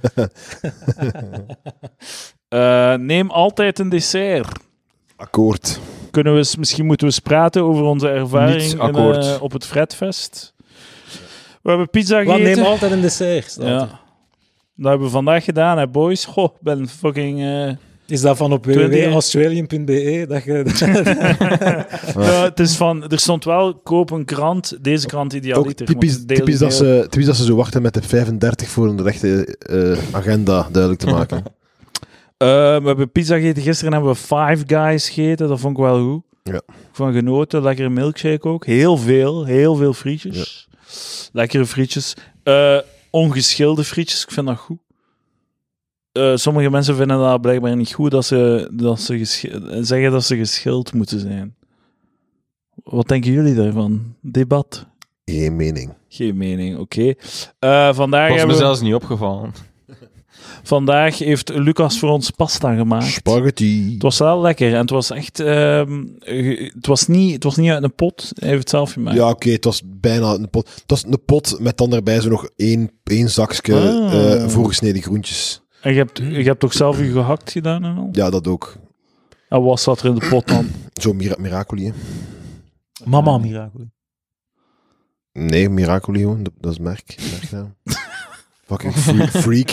Speaker 1: Neem altijd een dessert.
Speaker 3: Akkoord.
Speaker 1: Misschien moeten we eens praten over onze ervaring
Speaker 2: Niet akkoord.
Speaker 1: op het Fredfest. We hebben pizza
Speaker 4: Wat,
Speaker 1: gegeten.
Speaker 4: neem altijd een dessert. staat er.
Speaker 1: Ja. Dat hebben we vandaag gedaan, hè, boys. Goh, ik ben fucking...
Speaker 4: Is dat van op
Speaker 1: 20?
Speaker 4: www.australian.be? Dat je...
Speaker 1: het is van... Er stond wel, koop een krant. Deze krant
Speaker 3: Ook
Speaker 1: idealiter.
Speaker 3: typisch dat ze zo wachten met de 35 voor een rechte agenda duidelijk te maken.
Speaker 1: We hebben pizza gegeten. Gisteren hebben we Five Guys gegeten. Dat vond ik wel goed.
Speaker 3: Ja.
Speaker 1: Van genoten. Lekkere milkshake ook. Heel veel frietjes. Lekkere frietjes. Ongeschilde frietjes. Ik vind dat goed. Sommige mensen vinden dat blijkbaar niet goed dat ze zeggen dat ze geschild moeten zijn. Wat denken jullie daarvan? Debat?
Speaker 3: Geen mening.
Speaker 1: Geen mening, oké. Vandaag
Speaker 2: Was me
Speaker 1: hebben we...
Speaker 2: zelfs niet opgevallen.
Speaker 1: Vandaag heeft Lucas voor ons pasta gemaakt.
Speaker 3: Spaghetti.
Speaker 1: Het was wel lekker en het was echt... het was niet uit een pot. Hij heeft het zelf gemaakt.
Speaker 3: Ja, oké, het was bijna een pot. Het was een pot met dan daarbij zo nog één zakje voorgesneden groentjes.
Speaker 1: En je hebt toch zelf je gehakt gedaan en al?
Speaker 3: Ja, dat ook.
Speaker 1: En wat zat er in de pot dan?
Speaker 3: Zo Miracoli, hè.
Speaker 4: Mama Miracoli.
Speaker 3: Nee, Miracoli gewoon. Dat is merknaam. Fucking freak.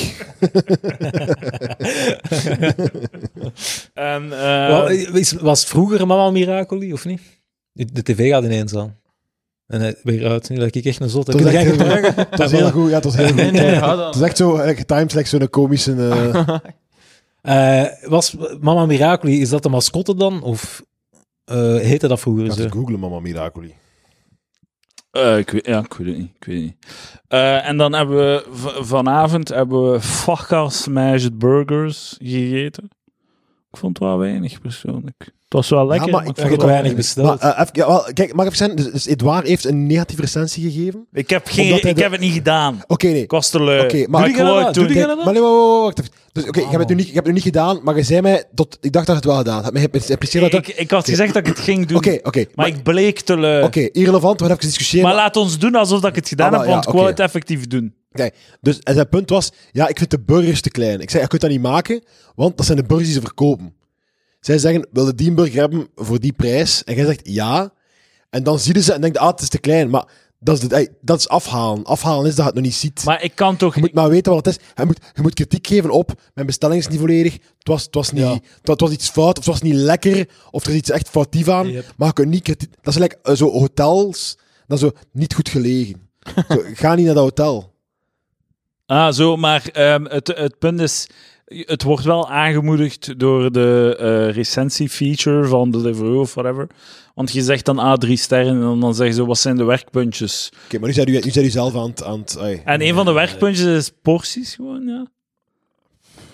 Speaker 1: En,
Speaker 4: Was het vroeger Mama Miracoli, of niet? De tv gaat ineens aan. En hij weer uit. Nu lijkt ik echt een zot.
Speaker 3: Het was echt het was heel goed. Ja, het was heel goed.
Speaker 2: dan.
Speaker 3: Het is echt zo, getimed, like zo'n komische...
Speaker 4: Was Mama Miracoli, is dat de mascotte dan? Of heette dat vroeger
Speaker 3: Ik
Speaker 4: zo?
Speaker 3: ga googlen, Mama Miracoli.
Speaker 1: ik weet het niet. En dan hebben we vanavond Fachgas Mashed Burgers gegeten. Ik vond het wel weinig, persoonlijk. Het was wel lekker.
Speaker 3: maar
Speaker 1: maar
Speaker 3: ik
Speaker 1: ik
Speaker 4: Ik
Speaker 1: vond
Speaker 4: heb
Speaker 1: het
Speaker 4: weinig
Speaker 1: wel
Speaker 4: besteld.
Speaker 3: Kijk, mag ik even zeggen? Dus Edouard heeft een negatieve recensie gegeven.
Speaker 1: Ik heb het niet gedaan.
Speaker 3: Oké, nee.
Speaker 1: Ik was te lui.
Speaker 3: Oké, maar
Speaker 1: Doe
Speaker 3: ik
Speaker 1: die
Speaker 3: wou
Speaker 1: dat? Doe die
Speaker 3: Kijk,
Speaker 1: dat?
Speaker 3: maar nee, wacht even. Dus oké, ik heb het nu niet gedaan, maar je zei mij... Ik dacht dat je het wel gedaan had.
Speaker 1: Ik had gezegd dat ik het ging doen.
Speaker 3: Oké.
Speaker 1: Maar ik bleek te lui.
Speaker 3: Oké, irrelevant, we gaan even discussiëren.
Speaker 1: Maar laat ons doen alsof dat ik het gedaan
Speaker 3: Ah,
Speaker 1: heb,
Speaker 3: wel,
Speaker 1: want
Speaker 3: ja,
Speaker 1: ik wou
Speaker 3: oké.
Speaker 1: het effectief doen.
Speaker 3: Oké, dus en zijn punt was, ja, ik vind de burgers te klein. Ik zei, je kunt dat niet maken, want dat zijn de burgers die ze verkopen. Zij zeggen, wil je die burger hebben voor die prijs? En jij zegt, ja. En dan zie je ze en denkt, het is te klein. Maar dat is afhalen. Afhalen is dat je het nog niet ziet.
Speaker 1: Maar ik kan toch...
Speaker 3: Je moet maar weten wat het is. Je moet kritiek geven op, mijn bestelling is niet volledig. Het was niet, het was iets fout, of het was niet lekker, of er is iets echt foutief aan.
Speaker 4: Yep.
Speaker 3: Maar je kunt niet kritiek... Dat is like, zo hotels, dat is zo niet goed gelegen. Zo, ga niet naar dat hotel.
Speaker 1: maar het punt is... Het wordt wel aangemoedigd door de recensiefeature van Deliveroo of whatever. Want je zegt dan 3 sterren en dan zeg je zo, wat zijn de werkpuntjes?
Speaker 3: Oké, maar nu zijn u zelf aan het...
Speaker 1: En een van de werkpuntjes is porties gewoon, ja.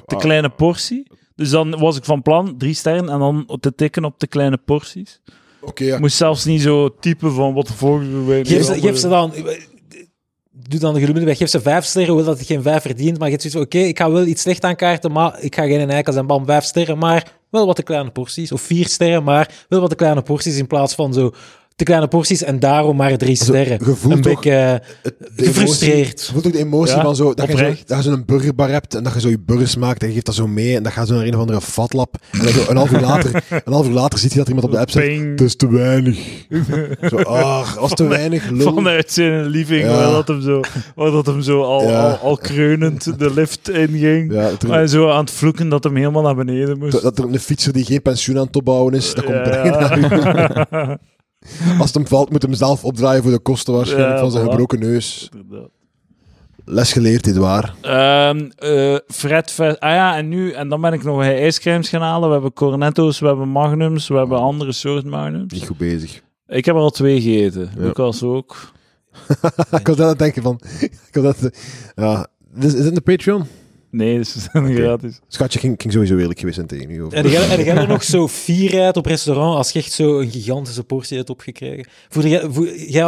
Speaker 1: de kleine portie. Dus dan was ik van plan 3 sterren en dan te tikken op de kleine porties.
Speaker 3: Oké, ja.
Speaker 1: Ik moest zelfs niet zo typen van wat de volgende...
Speaker 4: Geef ze dan... Doe dan de gelukkige weg. Geef ze 5 sterren, wil dat het geen 5 verdient. Maar je hebt zoiets van, oké, ik ga wel iets slecht aankaarten, maar ik ga geen eikel zijn. Bam, 5 sterren, maar wel wat de kleine porties. Of 4 sterren, maar wel wat de kleine porties in plaats van zo... te kleine porties en daarom maar 3 sterren.
Speaker 3: Je voelt
Speaker 4: een
Speaker 3: toch
Speaker 4: beetje gefrustreerd.
Speaker 3: Je voelt ook de emotie
Speaker 1: Ja,
Speaker 3: van zo, dat
Speaker 1: oprecht.
Speaker 3: je zo'n burgerbar hebt en dat je zo je burgers maakt en je geeft dat zo mee en dat gaat zo naar een of andere fatlab. En dan zo een half uur later ziet hij dat er iemand op de app zegt,
Speaker 1: Ping.
Speaker 3: het is te weinig. Zo, was te weinig, lul.
Speaker 1: Vanuit zijn living,
Speaker 3: Ja.
Speaker 1: waar dat hem zo al kreunend de lift inging.
Speaker 3: Ja,
Speaker 1: En zo aan het vloeken dat hem helemaal naar beneden moest.
Speaker 3: dat er een fietser die geen pensioen aan het opbouwen is, dat komt
Speaker 1: Ja.
Speaker 3: brengen naar u. Als het hem valt, moet hem zelf opdraaien voor de kosten waarschijnlijk
Speaker 1: Ja,
Speaker 3: van zijn
Speaker 1: voilà.
Speaker 3: gebroken neus.
Speaker 1: Inderdaad.
Speaker 3: Les geleerd, dit waar.
Speaker 1: Fredfest. Ah ja, en dan ben ik nog ijscreams gaan halen. We hebben Cornetto's, we hebben Magnums, we hebben andere soorten Magnums.
Speaker 3: Niet goed bezig.
Speaker 1: Ik heb er al 2 gegeten.
Speaker 3: Ja.
Speaker 1: Lucas ook.
Speaker 3: Ik was aan het denken van... Ja, is het een Patreon?
Speaker 1: Nee, dus ze zijn gratis.
Speaker 3: Schatje, ging sowieso eerlijk geweest zijn tegen u. Over.
Speaker 4: En jij er nog zo 4 uit op restaurant als je echt zo een gigantische portie hebt opgekregen? Jij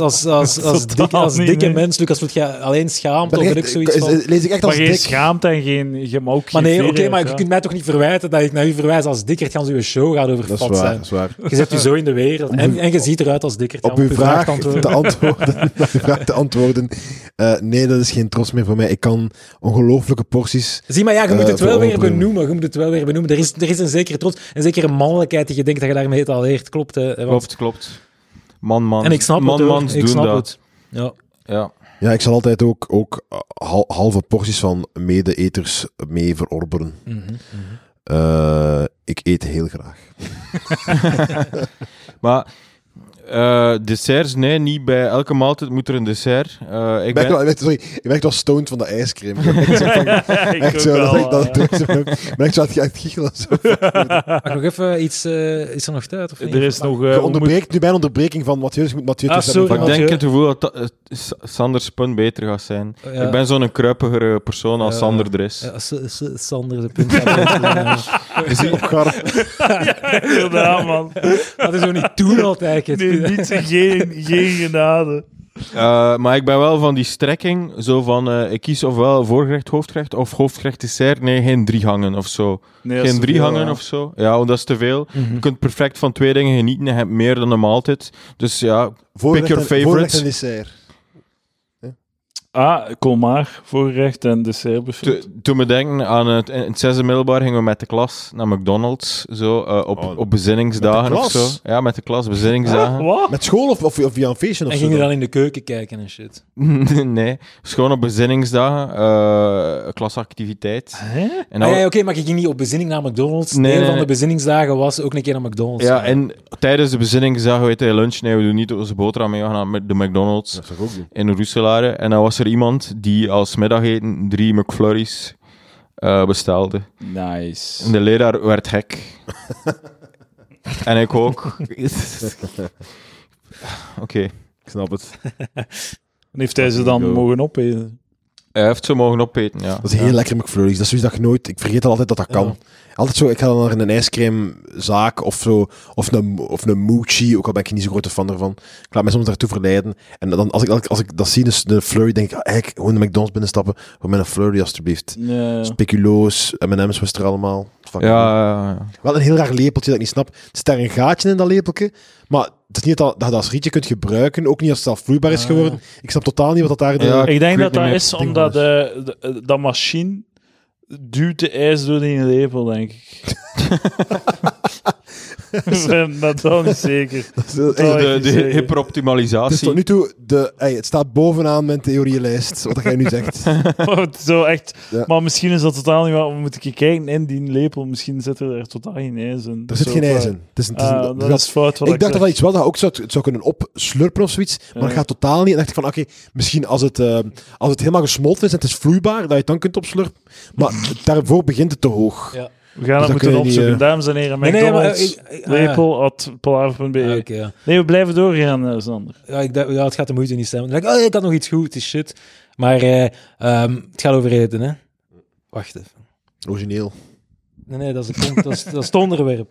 Speaker 4: als
Speaker 1: niet,
Speaker 4: dikke
Speaker 1: nee.
Speaker 4: mens, Lucas, voelt jij alleen schaamte
Speaker 3: Ben
Speaker 4: of
Speaker 3: ik
Speaker 4: ben ik
Speaker 3: echt-
Speaker 4: zoiets van...
Speaker 3: lees ik echt
Speaker 1: Maar
Speaker 3: als
Speaker 1: geen
Speaker 3: dik?
Speaker 1: schaamte en geen... Maar ook
Speaker 4: Maar
Speaker 1: geen
Speaker 4: nee, oké,
Speaker 1: veerheid,
Speaker 4: maar je
Speaker 1: ja.
Speaker 4: kunt mij toch niet verwijten dat ik naar u verwijs als dikker. Gaan uw show gaat over
Speaker 3: Dat is
Speaker 4: fat
Speaker 3: waar,
Speaker 4: zijn.
Speaker 3: dat is waar.
Speaker 4: Je zet u zo in de wereld. En je ziet eruit als dikker.
Speaker 3: Op uw vraag te antwoorden. Nee, dat is geen trots meer voor mij. Ik kan ongelooflijke porties...
Speaker 4: Zie, maar ja, je moet het wel weer
Speaker 3: veroveren.
Speaker 4: benoemen. Je moet het wel weer benoemen. Er is een zekere trots, een zekere mannelijkheid die je denkt dat je daarmee etaleert. Klopt, hè? Want-
Speaker 2: Klopt. Man.
Speaker 4: En ik snap het, hoor.
Speaker 2: Mans
Speaker 4: Ik
Speaker 2: doen
Speaker 4: snap
Speaker 2: dat.
Speaker 4: het. Ja.
Speaker 2: Ja.
Speaker 3: Ja, ik zal altijd ook halve porties van mede-eters mee verorberen. Ik eet heel graag.
Speaker 2: Maar desserts, nee, niet bij elke maaltijd moet er een dessert. Ik
Speaker 3: Ik ben echt wel stoned van de ijscream. Ik ben echt zo van-
Speaker 1: Ik
Speaker 3: echt
Speaker 1: ook
Speaker 3: zo,
Speaker 1: wel,
Speaker 3: dat ik ben echt zo aan het giechelen. Zo.
Speaker 4: Mag ik nog even iets... is er nog tijd? Of niet?
Speaker 1: Er is nog...
Speaker 3: Je onderbreekt nu bij een onderbreking van Mathieu, dus je moet Mathieu
Speaker 1: Ah,
Speaker 3: dus hebben
Speaker 1: sorry,
Speaker 3: van-
Speaker 2: ik denk
Speaker 1: Mathieu.
Speaker 2: het gevoel dat Sanders punt beter gaat zijn.
Speaker 4: Ja.
Speaker 2: Ik ben zo'n kruipigere persoon als
Speaker 4: Ja.
Speaker 2: Sander er is.
Speaker 4: Ja, Sander, de punt. Ja,
Speaker 3: Opgarm.
Speaker 1: Ja, inderdaad, man.
Speaker 4: dat is zo niet doen altijd.
Speaker 1: Nee, geen genade.
Speaker 2: Maar ik ben wel van die strekking, zo van, ik kies ofwel voorgerecht, hoofdgerecht, of hoofdgerecht, dessert. Nee, geen 3 gangen of zo.
Speaker 1: Nee, dat is
Speaker 2: Geen
Speaker 1: te
Speaker 2: 3
Speaker 1: veel,
Speaker 2: gangen
Speaker 1: ja.
Speaker 2: of zo. Ja, want dat is te veel. Je kunt perfect van 2 dingen genieten, je hebt meer dan een maaltijd. Dus ja,
Speaker 3: Voorgerecht
Speaker 2: your
Speaker 3: en- voorgerecht
Speaker 2: favorites.
Speaker 3: en dessert.
Speaker 1: Colmar, voorgerecht en dessertbuffet.
Speaker 2: toen we denken aan in het 6e middelbaar gingen we met de klas naar McDonald's, zo, op bezinningsdagen
Speaker 3: Met de
Speaker 2: of zo.
Speaker 3: klas?
Speaker 2: Ja, met de klas, bezinningsdagen.
Speaker 1: Wat?
Speaker 3: Met school of via een feestje of
Speaker 4: En
Speaker 3: zo?
Speaker 4: ging je dan in de keuken kijken en shit.
Speaker 2: Nee, dus gewoon op bezinningsdagen, klasactiviteit.
Speaker 1: Hè?
Speaker 2: En
Speaker 4: Ah,
Speaker 2: dan-
Speaker 4: ja, oké, maar je ging niet op bezinning naar McDonald's.
Speaker 2: Nee,
Speaker 4: Deel van
Speaker 2: nee.
Speaker 4: de bezinningsdagen was ook een keer naar McDonald's.
Speaker 2: Ja,
Speaker 4: gaan.
Speaker 2: en tijdens de bezinningsdag, weet je, lunch, nee, we doen niet onze boterham mee, we gaan naar de McDonald's
Speaker 3: Dat zou ik ook doen.
Speaker 2: in Roeselare. En dan was er iemand die als middageten 3 McFlurries bestelde.
Speaker 1: Nice.
Speaker 2: En de leraar werd gek. En ik ook. Oké.
Speaker 3: Ik snap het.
Speaker 1: En heeft hij ze dan mogen opeten?
Speaker 2: Hij heeft ze mogen opeten, ja.
Speaker 3: Dat is heel lekker McFlurries. Dat is zoiets dat je nooit... Ik vergeet al altijd dat dat kan. Altijd zo, ik ga dan naar een ijscreamzaak of zo, of een Mochi, ook al ben ik niet zo'n grote fan ervan. Ik laat mij soms daartoe verleiden. En dan, als ik dat zie, dus de flurry, denk ik, eigenlijk gewoon de McDonald's binnenstappen, voor mij een flurry alstublieft.
Speaker 1: Ja.
Speaker 3: Speculoos, M&M's was er allemaal. Fuck.
Speaker 2: Ja.
Speaker 3: Wel een heel raar lepeltje dat ik niet snap. Er zit daar een gaatje in dat lepeltje, maar het is niet dat je dat als rietje kunt gebruiken, ook niet als het zelf vloeibaar is geworden. Ik snap totaal niet wat dat daar...
Speaker 2: Ja,
Speaker 1: Ik denk
Speaker 2: weet
Speaker 1: dat
Speaker 2: niet
Speaker 1: dat
Speaker 2: meer.
Speaker 1: is omdat dat machine duwt de ijs door die lepel, denk ik. Ik ben dat wel niet zeker.
Speaker 2: De hyperoptimalisatie.
Speaker 3: Dus tot nu toe, het staat bovenaan mijn theorielijst, wat jij nu zegt.
Speaker 1: Zo echt.
Speaker 3: Ja.
Speaker 1: Maar misschien is dat totaal niet waar. We moeten een keer kijken in die lepel. Misschien zit er totaal geen ijs in.
Speaker 3: Er zit geen ijs in.
Speaker 1: Dat is fout wat
Speaker 3: Ik dacht dat
Speaker 1: zeg.
Speaker 3: dat iets was dat je ook zou kunnen opslurpen of zoiets, maar dat gaat totaal niet. En dacht ik van, oké, misschien als het helemaal gesmolten is en het is vloeibaar, dat je het dan kunt opslurpen. Maar daarvoor begint het te hoog.
Speaker 4: Ja.
Speaker 1: We gaan
Speaker 3: Dus
Speaker 1: dat
Speaker 3: dat
Speaker 1: moeten
Speaker 3: kun je niet,
Speaker 1: opzoeken. Dames en heren,
Speaker 4: Nee,
Speaker 1: McDonald's,
Speaker 4: maar
Speaker 1: lepel@palaver.be.
Speaker 4: Ah, oké, ja.
Speaker 1: Nee, we blijven doorgaan, Sander.
Speaker 4: Ja, het gaat de moeite niet zijn. Dan denk ik, ik had nog iets goed, het is shit. Maar het gaat over eten, hè. Wacht even.
Speaker 3: Origineel.
Speaker 4: Nee, dat is het onderwerp.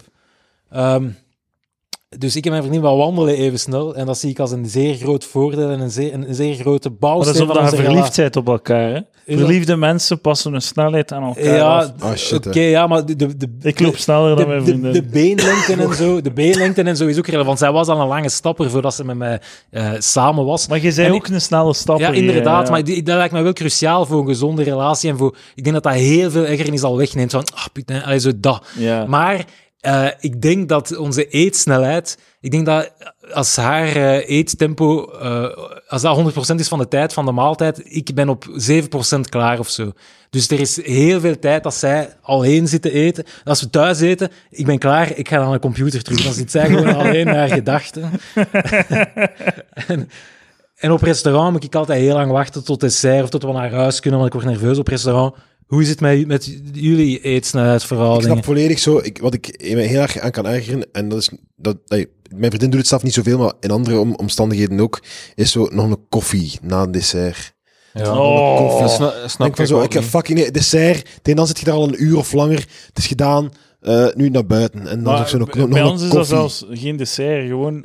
Speaker 4: Dus ik en mijn vriendin wel wandelen even snel. En dat zie ik als een zeer groot voordeel en een zeer grote
Speaker 1: Maar
Speaker 4: bouwsteen
Speaker 1: dat is omdat
Speaker 4: van
Speaker 1: je
Speaker 4: onze
Speaker 1: verliefd
Speaker 4: relatie.
Speaker 1: bent op elkaar. Hè?
Speaker 4: dat-
Speaker 1: Verliefde mensen passen hun snelheid aan elkaar af.
Speaker 4: Ja,
Speaker 3: shit, hè.
Speaker 4: oké, ja, maar
Speaker 1: Ik loop sneller dan mijn vriendin.
Speaker 4: de beenlengte en zo is ook relevant. Zij was al een lange stapper voordat ze met mij samen was.
Speaker 1: Maar je bent
Speaker 4: En
Speaker 1: ook een snelle stapper.
Speaker 4: Ja, inderdaad.
Speaker 1: ja.
Speaker 4: Maar dat lijkt me wel cruciaal voor een gezonde relatie. En ik denk dat dat heel veel ergernis al wegneemt. Van, putain, allee, zo dat.
Speaker 1: Ja.
Speaker 4: Maar ik denk dat onze eetsnelheid... Ik denk dat als haar eettempo... als dat 100% is van de tijd van de maaltijd, ik ben op 7% klaar of zo. Dus er is heel veel tijd dat zij alleen zit te eten. Als we thuis eten, ik ben klaar, ik ga naar de computer terug. Dan zit zij gewoon alleen naar gedachten. En op restaurant moet ik altijd heel lang wachten tot dessert of tot we naar huis kunnen, want ik word nerveus op restaurant. Hoe is het met jullie
Speaker 3: Ik
Speaker 4: eetsnelheidsverhoudingen?
Speaker 3: snap volledig zo, wat ik me heel erg aan kan ergeren, en dat is, mijn vriendin doet het zelf niet zoveel, maar in andere omstandigheden ook, is zo nog een koffie na een dessert.
Speaker 4: Ja.
Speaker 1: Oh.
Speaker 2: Dat snap
Speaker 3: Denk van
Speaker 2: ik
Speaker 3: zo,
Speaker 2: ook
Speaker 3: ik heb
Speaker 2: niet.
Speaker 3: fucking nee, dessert, dan zit je daar al een uur of langer, het is gedaan, nu naar buiten. En dan
Speaker 1: Maar
Speaker 3: is er nog
Speaker 1: bij
Speaker 3: een
Speaker 1: ons is dat
Speaker 3: koffie.
Speaker 1: zelfs geen dessert, gewoon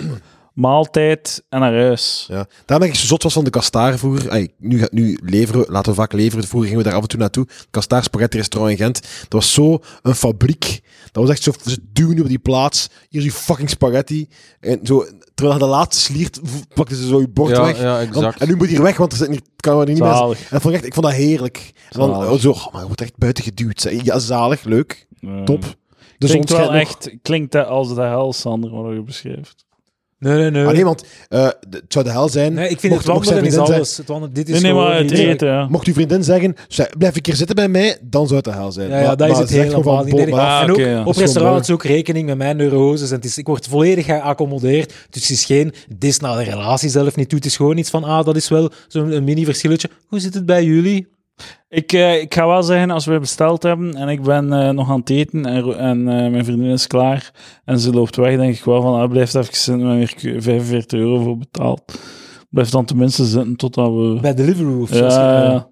Speaker 1: maaltijd en naar huis.
Speaker 3: Ja. Daarom dat ik zo zot was van de kastaarvoer. Nu leveren, laten we vaak leveren. Vroeger gingen we daar af en toe naartoe. Kastaar Spaghetti Restaurant in Gent. Dat was zo een fabriek. Dat was echt zo, ze duwen nu op die plaats. Hier is je fucking spaghetti. En zo, terwijl je de laatste sliert, pakten ze zo je bord weg.
Speaker 2: Ja, exact.
Speaker 3: En nu moet je hier weg, want er zit niet, kan er niet meer. En
Speaker 1: Zalig.
Speaker 3: dat vond ik, echt, ik vond dat heerlijk. En dan
Speaker 1: Zalig.
Speaker 3: zo, maar je wordt echt buiten geduwd. Zeg. Ja, zalig, leuk, top. De zon
Speaker 1: Klinkt wel
Speaker 3: schijnt nog.
Speaker 1: echt, klinkt dat als de hel, Sander, wat je beschrijft.
Speaker 4: Nee.
Speaker 3: Ah, nee, want het zou de hel zijn.
Speaker 4: Nee, ik vind
Speaker 3: mocht-
Speaker 4: het
Speaker 3: mocht zijn
Speaker 4: wandelen is
Speaker 3: vriendin
Speaker 4: alles. Dit is
Speaker 1: Nee,
Speaker 4: gewoon
Speaker 1: maar het
Speaker 4: niet-
Speaker 1: eten, ja.
Speaker 3: Mocht uw vriendin zeggen, blijf een keer zitten bij mij, dan zou het de hel zijn.
Speaker 4: Ja, dat is het
Speaker 3: ze zegt
Speaker 4: helemaal
Speaker 3: gewoon
Speaker 4: niet.
Speaker 3: van,
Speaker 4: Nee,
Speaker 3: maar-
Speaker 1: Ah,
Speaker 4: en ook
Speaker 1: oké, ja.
Speaker 4: op
Speaker 3: Dat is
Speaker 4: restaurants
Speaker 3: gewoon
Speaker 4: ook rekening met mijn neuroses. En ik word volledig geaccommodeerd. Dus het is geen dis naar de relatie zelf niet toe. Het is gewoon iets van, dat is wel zo'n mini-verschilletje. Hoe zit het bij jullie?
Speaker 1: Ik ga wel zeggen, als we besteld hebben en ik ben nog aan het eten en mijn vriendin is klaar en ze loopt weg, denk ik wel van, blijf even zitten, we hebben weer 45 euro voor betaald. Blijf dan tenminste zitten totdat we...
Speaker 4: Bij Deliveroo of zo?
Speaker 1: Ja,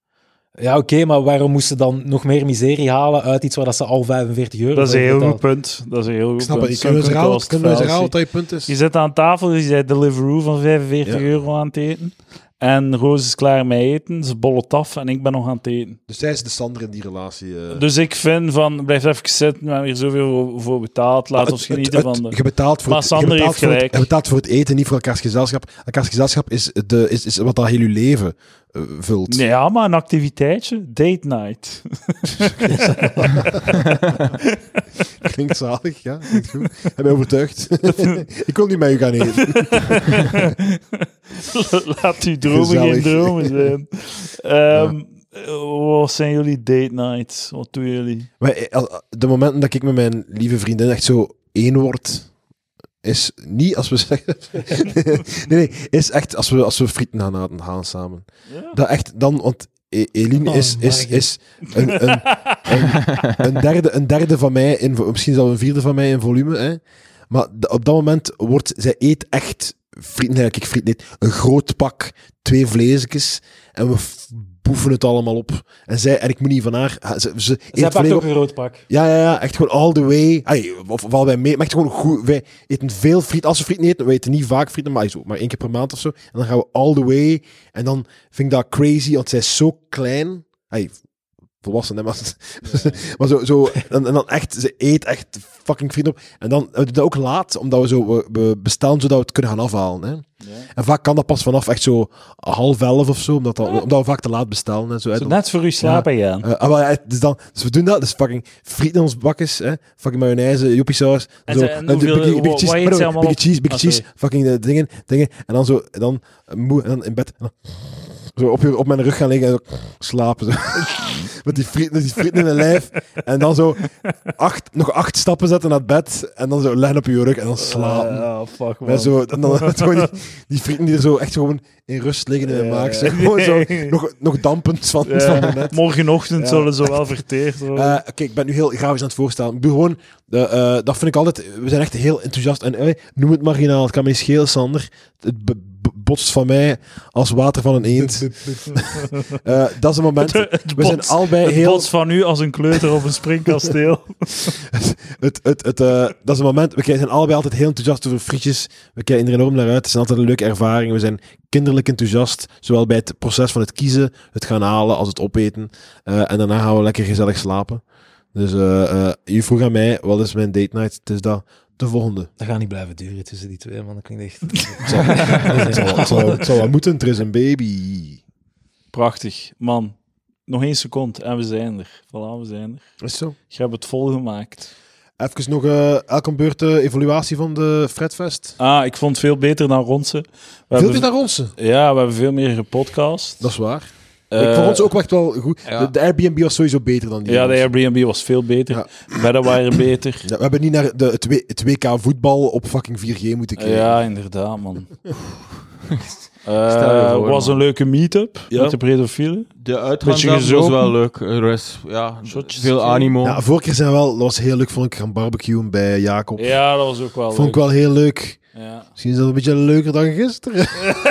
Speaker 4: Ja, oké, maar waarom moesten ze dan nog meer miserie halen uit iets waar dat ze al 45 euro
Speaker 1: dat is een
Speaker 4: voor
Speaker 1: heel
Speaker 4: betaald?
Speaker 1: goed punt. Dat is een heel goed
Speaker 3: Ik snap
Speaker 1: punt.
Speaker 3: het.
Speaker 1: Zo
Speaker 3: Kunnen we eens
Speaker 1: kun je het
Speaker 3: herhalen
Speaker 1: wel
Speaker 3: wat dat je punt is?
Speaker 1: Je zit aan tafel, je zei Deliveroo van 45
Speaker 3: Ja.
Speaker 1: euro aan het eten. En Roos is klaar met eten, ze bollet af en ik ben nog aan het eten.
Speaker 3: Dus zij is de Sander in die relatie.
Speaker 1: Dus ik vind van, blijf even zitten, we hebben hier zoveel voor betaald, laat ons genieten van de...
Speaker 3: Je betaalt voor
Speaker 1: Maar
Speaker 3: het, je
Speaker 1: Sander
Speaker 3: betaalt
Speaker 1: heeft
Speaker 3: voor het,
Speaker 1: gelijk.
Speaker 3: je betaalt voor het eten, niet voor elkaars gezelschap. Elkaars gezelschap is wat dat heel je leven vult.
Speaker 1: Nee, ja, maar een activiteitje, date night.
Speaker 3: Klinkt zalig, ja. Klinkt goed. Heb je overtuigd? Ik wil niet met u gaan eten.
Speaker 1: Laat uw dromen
Speaker 3: Gezellig.
Speaker 1: geen dromen zijn. Wat zijn jullie date nights? Wat doen jullie?
Speaker 3: Maar de momenten dat ik met mijn lieve vriendin echt zo één word, is niet als we zeggen... nee, is echt als we frieten gaan samen.
Speaker 1: Ja.
Speaker 3: Dat echt dan, want Eline is een derde van mij, misschien zelfs een vierde van mij in volume. Hè. Maar op dat moment zij eet echt frieten, ik frieten eet, een groot pak, 2 vleesjes en we boeven het allemaal op. En ik moet niet van haar... Ze
Speaker 4: Zij
Speaker 3: eet
Speaker 4: pakt
Speaker 3: volledig
Speaker 4: ook een rood pak.
Speaker 3: Ja, echt gewoon all the way. Of wij mee, maar echt gewoon goed. Wij eten veel friet. Als we frieten eten, we eten niet vaak frieten, maar 1 keer per maand of zo. En dan gaan we all the way. En dan vind ik dat crazy, want zij is zo klein. Volwassen, hè, maar... maar zo en dan echt, ze eet echt fucking friet op. En dan doen we dat ook laat, omdat we bestellen zodat we het kunnen gaan afhalen. Hè.
Speaker 1: Ja.
Speaker 3: En vaak kan dat pas vanaf echt zo 10:30 of zo, omdat we vaak te laat bestellen. Hè, zo, hè.
Speaker 1: Zo net voor u slapen gaan.
Speaker 3: Dus we doen dat, dus fucking friet in ons bakjes, hè, fucking mayonaise, joppiesaus,
Speaker 1: En
Speaker 3: zo,
Speaker 1: en hoeveel- wat eet ze allemaal op?
Speaker 3: biggie
Speaker 1: Ah,
Speaker 3: cheese,
Speaker 1: sorry.
Speaker 3: fucking dingen, en dan zo, moe, en dan in bed, en dan zo op mijn rug gaan liggen en zo slapen, zo. met die frieten in een lijf, en dan zo nog 8 stappen zetten naar het bed, en dan zo leggen op je rug, en dan slapen.
Speaker 1: Fuck, man.
Speaker 3: Met zo, en dan gewoon die frieten die er zo echt gewoon in rust liggen in de maag. Zo, gewoon zo, nog dampend van de net.
Speaker 1: Morgenochtend
Speaker 3: Ja.
Speaker 1: zullen ze wel verteerd worden.
Speaker 3: Oké, ik ben nu heel grafisch aan het voorstellen. Ik bedoel gewoon, dat vind ik altijd... We zijn echt heel enthousiast. En noem het marginaal, het kan me niet schelen, Sander. Het botst van mij als water van een eend. Dat is een moment... We zijn allebei
Speaker 1: Het
Speaker 3: heel...
Speaker 1: bots van u als een kleuter op een springkasteel.
Speaker 3: Dat is een moment... We zijn allebei altijd heel enthousiast over frietjes. We kijken er enorm naar uit. Het is altijd een leuke ervaring. We zijn kinderlijk enthousiast. Zowel bij het proces van het kiezen, het gaan halen, als het opeten. En daarna gaan we lekker gezellig slapen. Dus je vroeg aan mij, wat is mijn date night? Het is dat... De volgende.
Speaker 4: Dat gaat niet blijven duren tussen die twee, man. Dat klinkt echt...
Speaker 3: Het zou wel moeten. Er is een baby.
Speaker 1: Prachtig. Man, nog 1 seconde en we zijn er. Voilà, we zijn er.
Speaker 3: Is zo.
Speaker 1: Je hebt het volgemaakt.
Speaker 3: Even nog elke beurt evaluatie van de Fredfest.
Speaker 1: Ik vond het veel beter dan Ronsen.
Speaker 3: Veel beter naar Ronsen.
Speaker 1: Ja, we hebben veel meer gepodcast.
Speaker 3: Dat is waar. Ik vond ons ook echt wel goed.
Speaker 2: Ja.
Speaker 3: De Airbnb was sowieso beter dan die.
Speaker 1: Ja, de
Speaker 3: Ronsen.
Speaker 1: Airbnb was veel beter.
Speaker 3: Ja.
Speaker 1: Bedden waren beter.
Speaker 3: Ja, we hebben niet naar het WK voetbal op fucking 4G moeten kijken.
Speaker 1: Ja, inderdaad, man.
Speaker 2: Stel je voor,
Speaker 1: was
Speaker 2: man.
Speaker 1: een leuke meet-up
Speaker 2: Ja.
Speaker 1: met de pedofielen.
Speaker 2: De uitgaansavond was
Speaker 1: gezopen.
Speaker 2: wel leuk. Er was
Speaker 1: Shotjes
Speaker 2: veel
Speaker 1: gegeven.
Speaker 2: animo.
Speaker 3: Ja, vorige keer zijn we wel, dat was heel leuk, vond ik, gaan barbecuen bij Jacob.
Speaker 1: Ja, dat was ook wel
Speaker 3: Vond ik
Speaker 1: leuk.
Speaker 3: wel heel leuk.
Speaker 1: Ja.
Speaker 3: Misschien is dat een beetje leuker dan gisteren.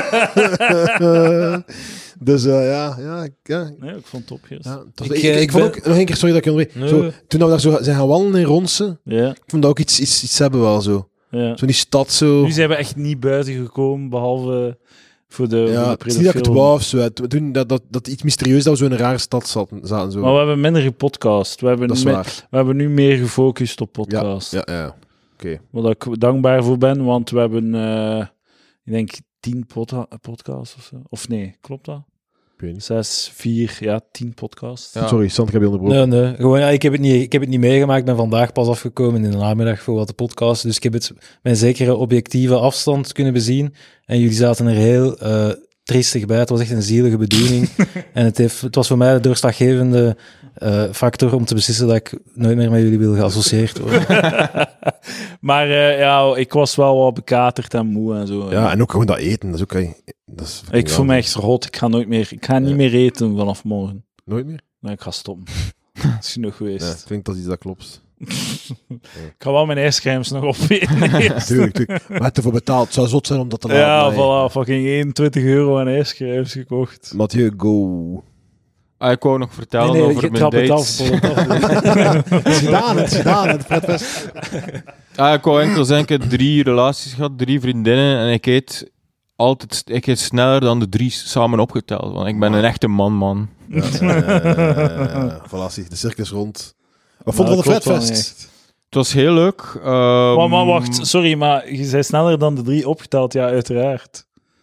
Speaker 3: Dus ja.
Speaker 1: Nee, ik vond het top, yes.
Speaker 3: Ja, het was-
Speaker 4: Ik,
Speaker 3: ik
Speaker 4: ik
Speaker 3: vond
Speaker 4: ben-
Speaker 3: ook, nog een keer, sorry dat ik je onderbreek.
Speaker 4: Nee.
Speaker 3: Zo, toen we daar zo zijn gaan wandelen in Ronsen,
Speaker 1: Ja,
Speaker 3: ik vond dat ook iets hebben wel zo.
Speaker 1: ja.
Speaker 3: Zo die stad zo.
Speaker 1: Nu zijn we echt niet buiten gekomen, behalve voor de,
Speaker 3: Ja,
Speaker 1: voor
Speaker 3: het
Speaker 1: de
Speaker 3: is niet dat ik het
Speaker 1: pedofielen.
Speaker 3: wou of zo. Toen dat iets mysterieus dat we zo in een rare stad zaten zo.
Speaker 1: Maar we hebben minder gepodcast. We hebben,
Speaker 3: Dat is waar.
Speaker 1: we hebben nu meer gefocust op podcast.
Speaker 3: Ja. Oké.
Speaker 1: Waar ik dankbaar voor ben, want we hebben, ik denk, 10 podcasts of zo. Of nee, klopt dat?
Speaker 3: Ik weet niet.
Speaker 1: 6, 4, ja, 10 podcasts.
Speaker 2: Ja.
Speaker 3: Sorry, Sander, ik heb je onderbroken.
Speaker 4: Nee. Gewoon, ja, ik heb het niet meegemaakt. Ik ben vandaag pas afgekomen in de namiddag voor wat de podcast. Dus ik heb het met een zekere objectieve afstand kunnen bezien. En jullie zaten er heel triestig bij. Het was echt een zielige bedoeling. En het was voor mij de doorslaggevende factor om te beslissen dat ik nooit meer met jullie wil geassocieerd worden.
Speaker 1: Maar ja, ik was wel wat bekaterd en moe en zo.
Speaker 3: Ja, en ook gewoon dat eten. Dat is ook... Dat is
Speaker 1: Ik voel me echt rot. Ik ga niet meer eten vanaf morgen.
Speaker 3: Nooit meer?
Speaker 1: Nee, ik ga stoppen. Dat is genoeg geweest.
Speaker 3: Ja, ik denk dat iets dat klopt.
Speaker 1: Ik ga wel mijn ijscremes nog opeten. eerst.
Speaker 3: Tuurlijk. Maar het ervoor betaald. Het zou zot zijn om dat te laten.
Speaker 1: Ja,
Speaker 3: nee.
Speaker 1: voilà. Fucking 21 euro aan ijscremes gekocht.
Speaker 3: Mathieu, go.
Speaker 2: Ik wou nog vertellen over
Speaker 4: je
Speaker 2: mijn
Speaker 4: trapt het
Speaker 2: dates.
Speaker 4: af.
Speaker 3: Het is gedaan. Het Fredfest.
Speaker 2: Ik wou enkel zeggen, ik heb 3 relaties gehad, 3 vriendinnen. En ik eet sneller dan de 3 samen opgeteld. Want ik ben een echte man.
Speaker 3: Voilà, zie, de circus rond. Wat vond je van de
Speaker 1: klopt wel
Speaker 3: Fredfest?
Speaker 1: niet.
Speaker 2: Het was heel leuk.
Speaker 1: Maar wacht, sorry, maar je bent sneller dan de 3 opgeteld. Ja, uiteraard.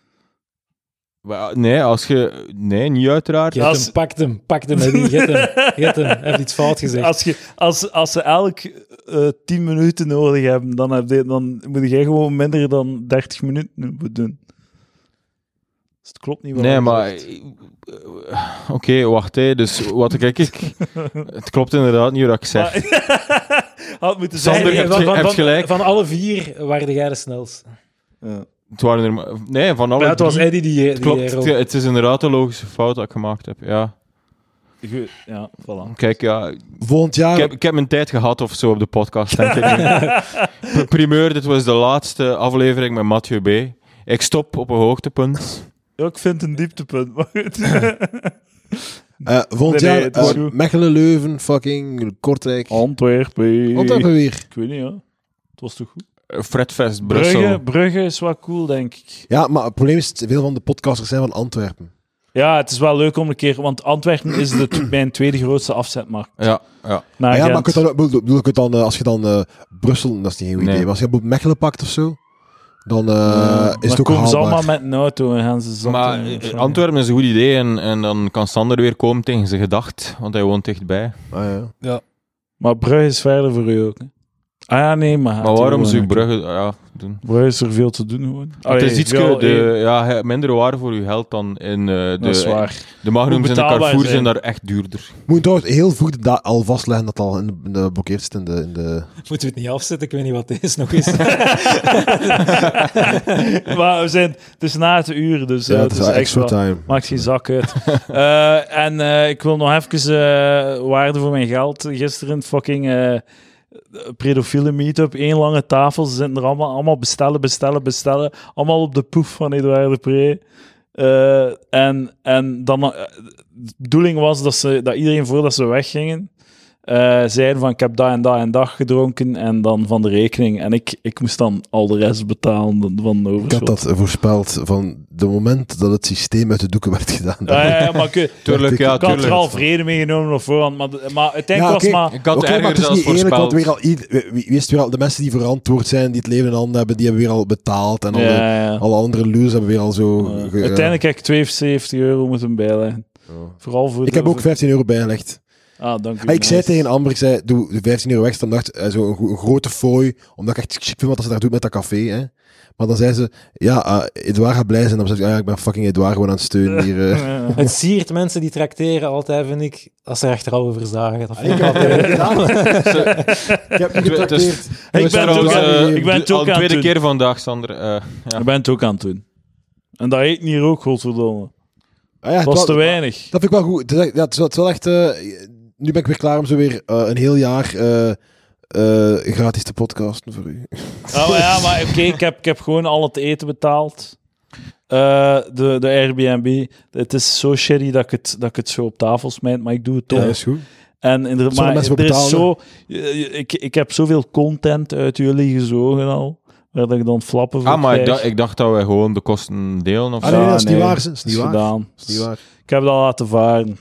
Speaker 2: Nee, niet uiteraard.
Speaker 4: Get hem, pak hem, Eddie, get hem. Hij heeft iets fout gezegd.
Speaker 1: Als ze elk 10 minuten nodig hebben, dan moet jij gewoon minder dan 30 minuten doen. Dus het klopt niet. wat
Speaker 2: Nee,
Speaker 1: hij
Speaker 2: maar...
Speaker 1: zegt.
Speaker 2: Oké, wacht. Dus wat kijk ik... Het klopt inderdaad niet wat ik zeg.
Speaker 1: Had moeten
Speaker 2: Sander,
Speaker 1: zeggen.
Speaker 2: je hebt gelijk.
Speaker 4: Van alle 4 waren jij de snelste.
Speaker 1: Ja.
Speaker 2: Het waren er... Nee, van alle
Speaker 4: Maar het was
Speaker 2: 3.
Speaker 4: Eddie die
Speaker 2: Klopt,
Speaker 4: erop-
Speaker 2: het is inderdaad een logische fout dat ik gemaakt heb. Ja.
Speaker 1: Ja, voilà.
Speaker 2: Kijk, ja...
Speaker 3: Volgend jaar...
Speaker 2: Ik heb mijn tijd gehad of zo op de podcast, denk ik. Primeur, dit was de laatste aflevering met Mathieu B. Ik stop op een hoogtepunt.
Speaker 1: Ja, ik vind het een dieptepunt, maar goed.
Speaker 3: volgend
Speaker 1: Nee,
Speaker 3: jaar
Speaker 1: het is goed.
Speaker 3: Mechelen, Leuven, fucking Kortrijk.
Speaker 1: Antwerpen.
Speaker 3: Antwerpen weer.
Speaker 1: Ik weet niet, ja. Het was toch goed?
Speaker 2: Fredfest, Brussel.
Speaker 1: Brugge is wel cool, denk ik.
Speaker 3: Ja, maar het probleem is, veel van de podcasters zijn van Antwerpen.
Speaker 1: Ja, het is wel leuk om een keer... Want Antwerpen is mijn tweede grootste afzetmarkt.
Speaker 2: Ja.
Speaker 1: Naar
Speaker 3: Ja, maar
Speaker 1: Gent.
Speaker 3: bedoel ik het dan, als je dan Brussel, dat is niet een goed
Speaker 2: Nee.
Speaker 3: idee, maar als je bijvoorbeeld Mechelen pakt of zo, dan is het ook
Speaker 1: komen ze
Speaker 3: haalbaar.
Speaker 1: allemaal met een auto en gaan ze zat.
Speaker 2: Maar Antwerpen is een goed idee en dan kan Sander weer komen tegen zijn gedacht, want hij woont dichtbij.
Speaker 3: Ah, ja.
Speaker 1: Maar Brugge is verder voor u ook, hè? Ah ja, nee, maar...
Speaker 2: Maar waarom zou ik Brugge doen?
Speaker 1: Brugge is er veel te doen, gewoon.
Speaker 2: Het is iets minder waarde voor je geld dan in
Speaker 1: Dat is waar.
Speaker 2: de Magnums en de
Speaker 1: betaalbaar
Speaker 2: Carrefour
Speaker 1: zijn.
Speaker 2: zijn daar echt duurder.
Speaker 3: Moet je trouwens heel vroeg al vastleggen dat het al in de blokkeerd zit in de...
Speaker 4: Moeten we het niet afzetten? Ik weet niet wat deze nog is.
Speaker 1: Maar het is na het uur, dus
Speaker 3: Ja, het is wel extra time.
Speaker 1: maakt geen zak uit. En ik wil nog even waarde voor mijn geld. Gisteren fucking pedofiele meetup, 1 lange tafel. Ze zitten er allemaal bestellen. Allemaal op de poef van Edouard de Pre. En dan... de bedoeling was dat iedereen, voordat ze weggingen, zeiden van, ik heb dat en dat gedronken, en dan van de rekening. En ik moest dan al de rest betalen van de overschot.
Speaker 3: Ik had dat voorspeld van de moment dat het systeem uit de doeken werd gedaan.
Speaker 1: Ja, maar
Speaker 2: Tuurlijk,
Speaker 1: ik had er al
Speaker 2: tuurlijk.
Speaker 1: vrede meegenomen op voorhand, maar uiteindelijk
Speaker 3: Ja,
Speaker 1: was
Speaker 3: oké.
Speaker 1: maar...
Speaker 2: Ik had
Speaker 3: Oké, maar
Speaker 2: erger
Speaker 3: het is
Speaker 2: zelfs
Speaker 3: niet eerlijk, want
Speaker 2: voorspeld.
Speaker 3: wie is het weer al, de mensen die verantwoord zijn, die het leven in handen hebben, die hebben weer al betaald. En
Speaker 1: Ja.
Speaker 3: alle andere losers hebben weer al zo...
Speaker 1: Uiteindelijk heb ik 72 euro moeten bijleggen. Vooral voor
Speaker 3: Ik heb ook 15 euro bijgelegd.
Speaker 1: dank u.
Speaker 3: Ik zei tegen Amber, ik zei, doe de 15 euro weg, dan zo een grote fooi, omdat ik echt chic vind wat ze daar doet met dat café. Hè. Maar dan zei ze, Edouard gaat blij zijn. Dan zei ik, ik ben fucking Edouard gewoon aan het steunen hier.
Speaker 4: Het siert mensen die trakteren altijd, vind ik, als ze er achteraf over zagen. Dat vind ik
Speaker 3: Ik
Speaker 4: altijd...
Speaker 3: heb niet getrakteerd.
Speaker 1: Ik ben het ook aan- ik ben het ook
Speaker 2: al de
Speaker 1: aan het
Speaker 2: tweede
Speaker 1: doen.
Speaker 2: keer vandaag, Sander. Ja.
Speaker 1: Ik ben het ook aan het doen. En dat eet hier ook, godverdomme.
Speaker 3: Ah ja,
Speaker 1: Dat was
Speaker 3: het
Speaker 1: te
Speaker 3: was-
Speaker 1: weinig.
Speaker 3: Dat vind ik wel goed. Het is wel echt... nu ben ik weer klaar om zo weer een heel jaar gratis te podcasten voor u.
Speaker 1: Maar oké, ik heb gewoon al het eten betaald. De Airbnb. Het is zo shitty dat ik het zo op tafel smijt, maar ik doe het toch.
Speaker 3: Ja, is goed.
Speaker 1: En
Speaker 3: Zullen
Speaker 1: maar
Speaker 3: mensen
Speaker 1: er is
Speaker 3: betalen?
Speaker 1: zo... Ik heb zoveel content uit jullie gezogen al, waar dat ik dan flappen voor
Speaker 2: Maar
Speaker 1: krijg.
Speaker 2: ik dacht dat wij gewoon de kosten delen of
Speaker 3: Ah,
Speaker 2: zo.
Speaker 3: nee, dat is niet waar.
Speaker 1: Dat
Speaker 3: Dat is
Speaker 1: is
Speaker 3: niet waar.
Speaker 1: gedaan.
Speaker 3: Dat is niet waar.
Speaker 1: Ik heb dat laten varen.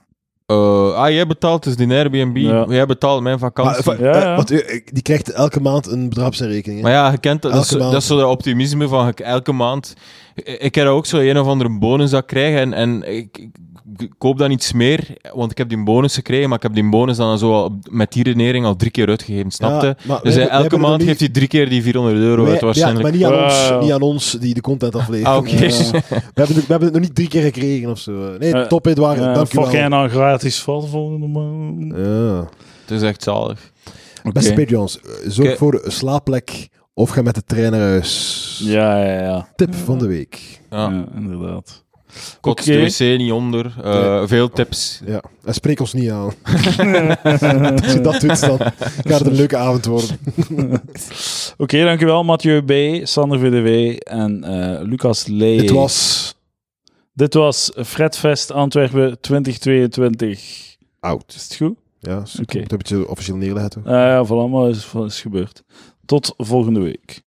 Speaker 2: Jij betaalt dus die Airbnb.
Speaker 1: Ja.
Speaker 2: Jij betaalt mijn vakantie.
Speaker 3: Maar,
Speaker 1: Ja.
Speaker 3: want die krijgt elke maand een bedrag op zijn rekening. Hè?
Speaker 2: Maar ja, je kent dat.
Speaker 3: Elke maand.
Speaker 2: Dat is zo dat optimisme van elke maand. Ik heb ook zo een of andere bonus dat krijgen en ik koop dan iets meer, want ik heb die bonus gekregen, maar ik heb die bonus dan zo met die redenering al 3 keer uitgegeven, snapte?
Speaker 3: Ja, maar
Speaker 2: Dus
Speaker 3: wij
Speaker 2: elke
Speaker 3: hebben
Speaker 2: maand
Speaker 3: nog
Speaker 2: geeft hij 3 keer die €400 uit
Speaker 3: Ja,
Speaker 2: waarschijnlijk.
Speaker 3: maar niet aan,
Speaker 1: Wow.
Speaker 3: niet aan ons die de content afleveren.
Speaker 2: Ah, oké.
Speaker 3: We hebben het nog niet 3 keer gekregen of zo. Nee, top Edouard, dank u
Speaker 1: Fuck jij
Speaker 3: wel.
Speaker 1: nou gratis val volgende maand?
Speaker 3: Ja.
Speaker 2: Het is echt zalig.
Speaker 3: Beste Patreons, zorg
Speaker 2: Oké.
Speaker 3: voor een slaapplek of ga met de trein naar huis.
Speaker 1: Ja.
Speaker 3: Tip van de week.
Speaker 2: Ja.
Speaker 1: Ja, inderdaad.
Speaker 2: Kots
Speaker 1: Oké.
Speaker 2: de wc niet onder. Veel tips.
Speaker 3: Ja, en spreek ons niet aan. Als je dat doet, dan gaat het een leuke avond worden.
Speaker 1: Oké, dankjewel Mathieu B., Sander VDW en Lucas Lee. Dit was Fredfest Antwerpen 2022.
Speaker 3: Oud.
Speaker 1: Is het goed?
Speaker 3: Ja,
Speaker 1: Oké.
Speaker 3: dat heb je officieel neerleggen. Toch?
Speaker 1: Ja, voilà, maar is gebeurd. Tot volgende week.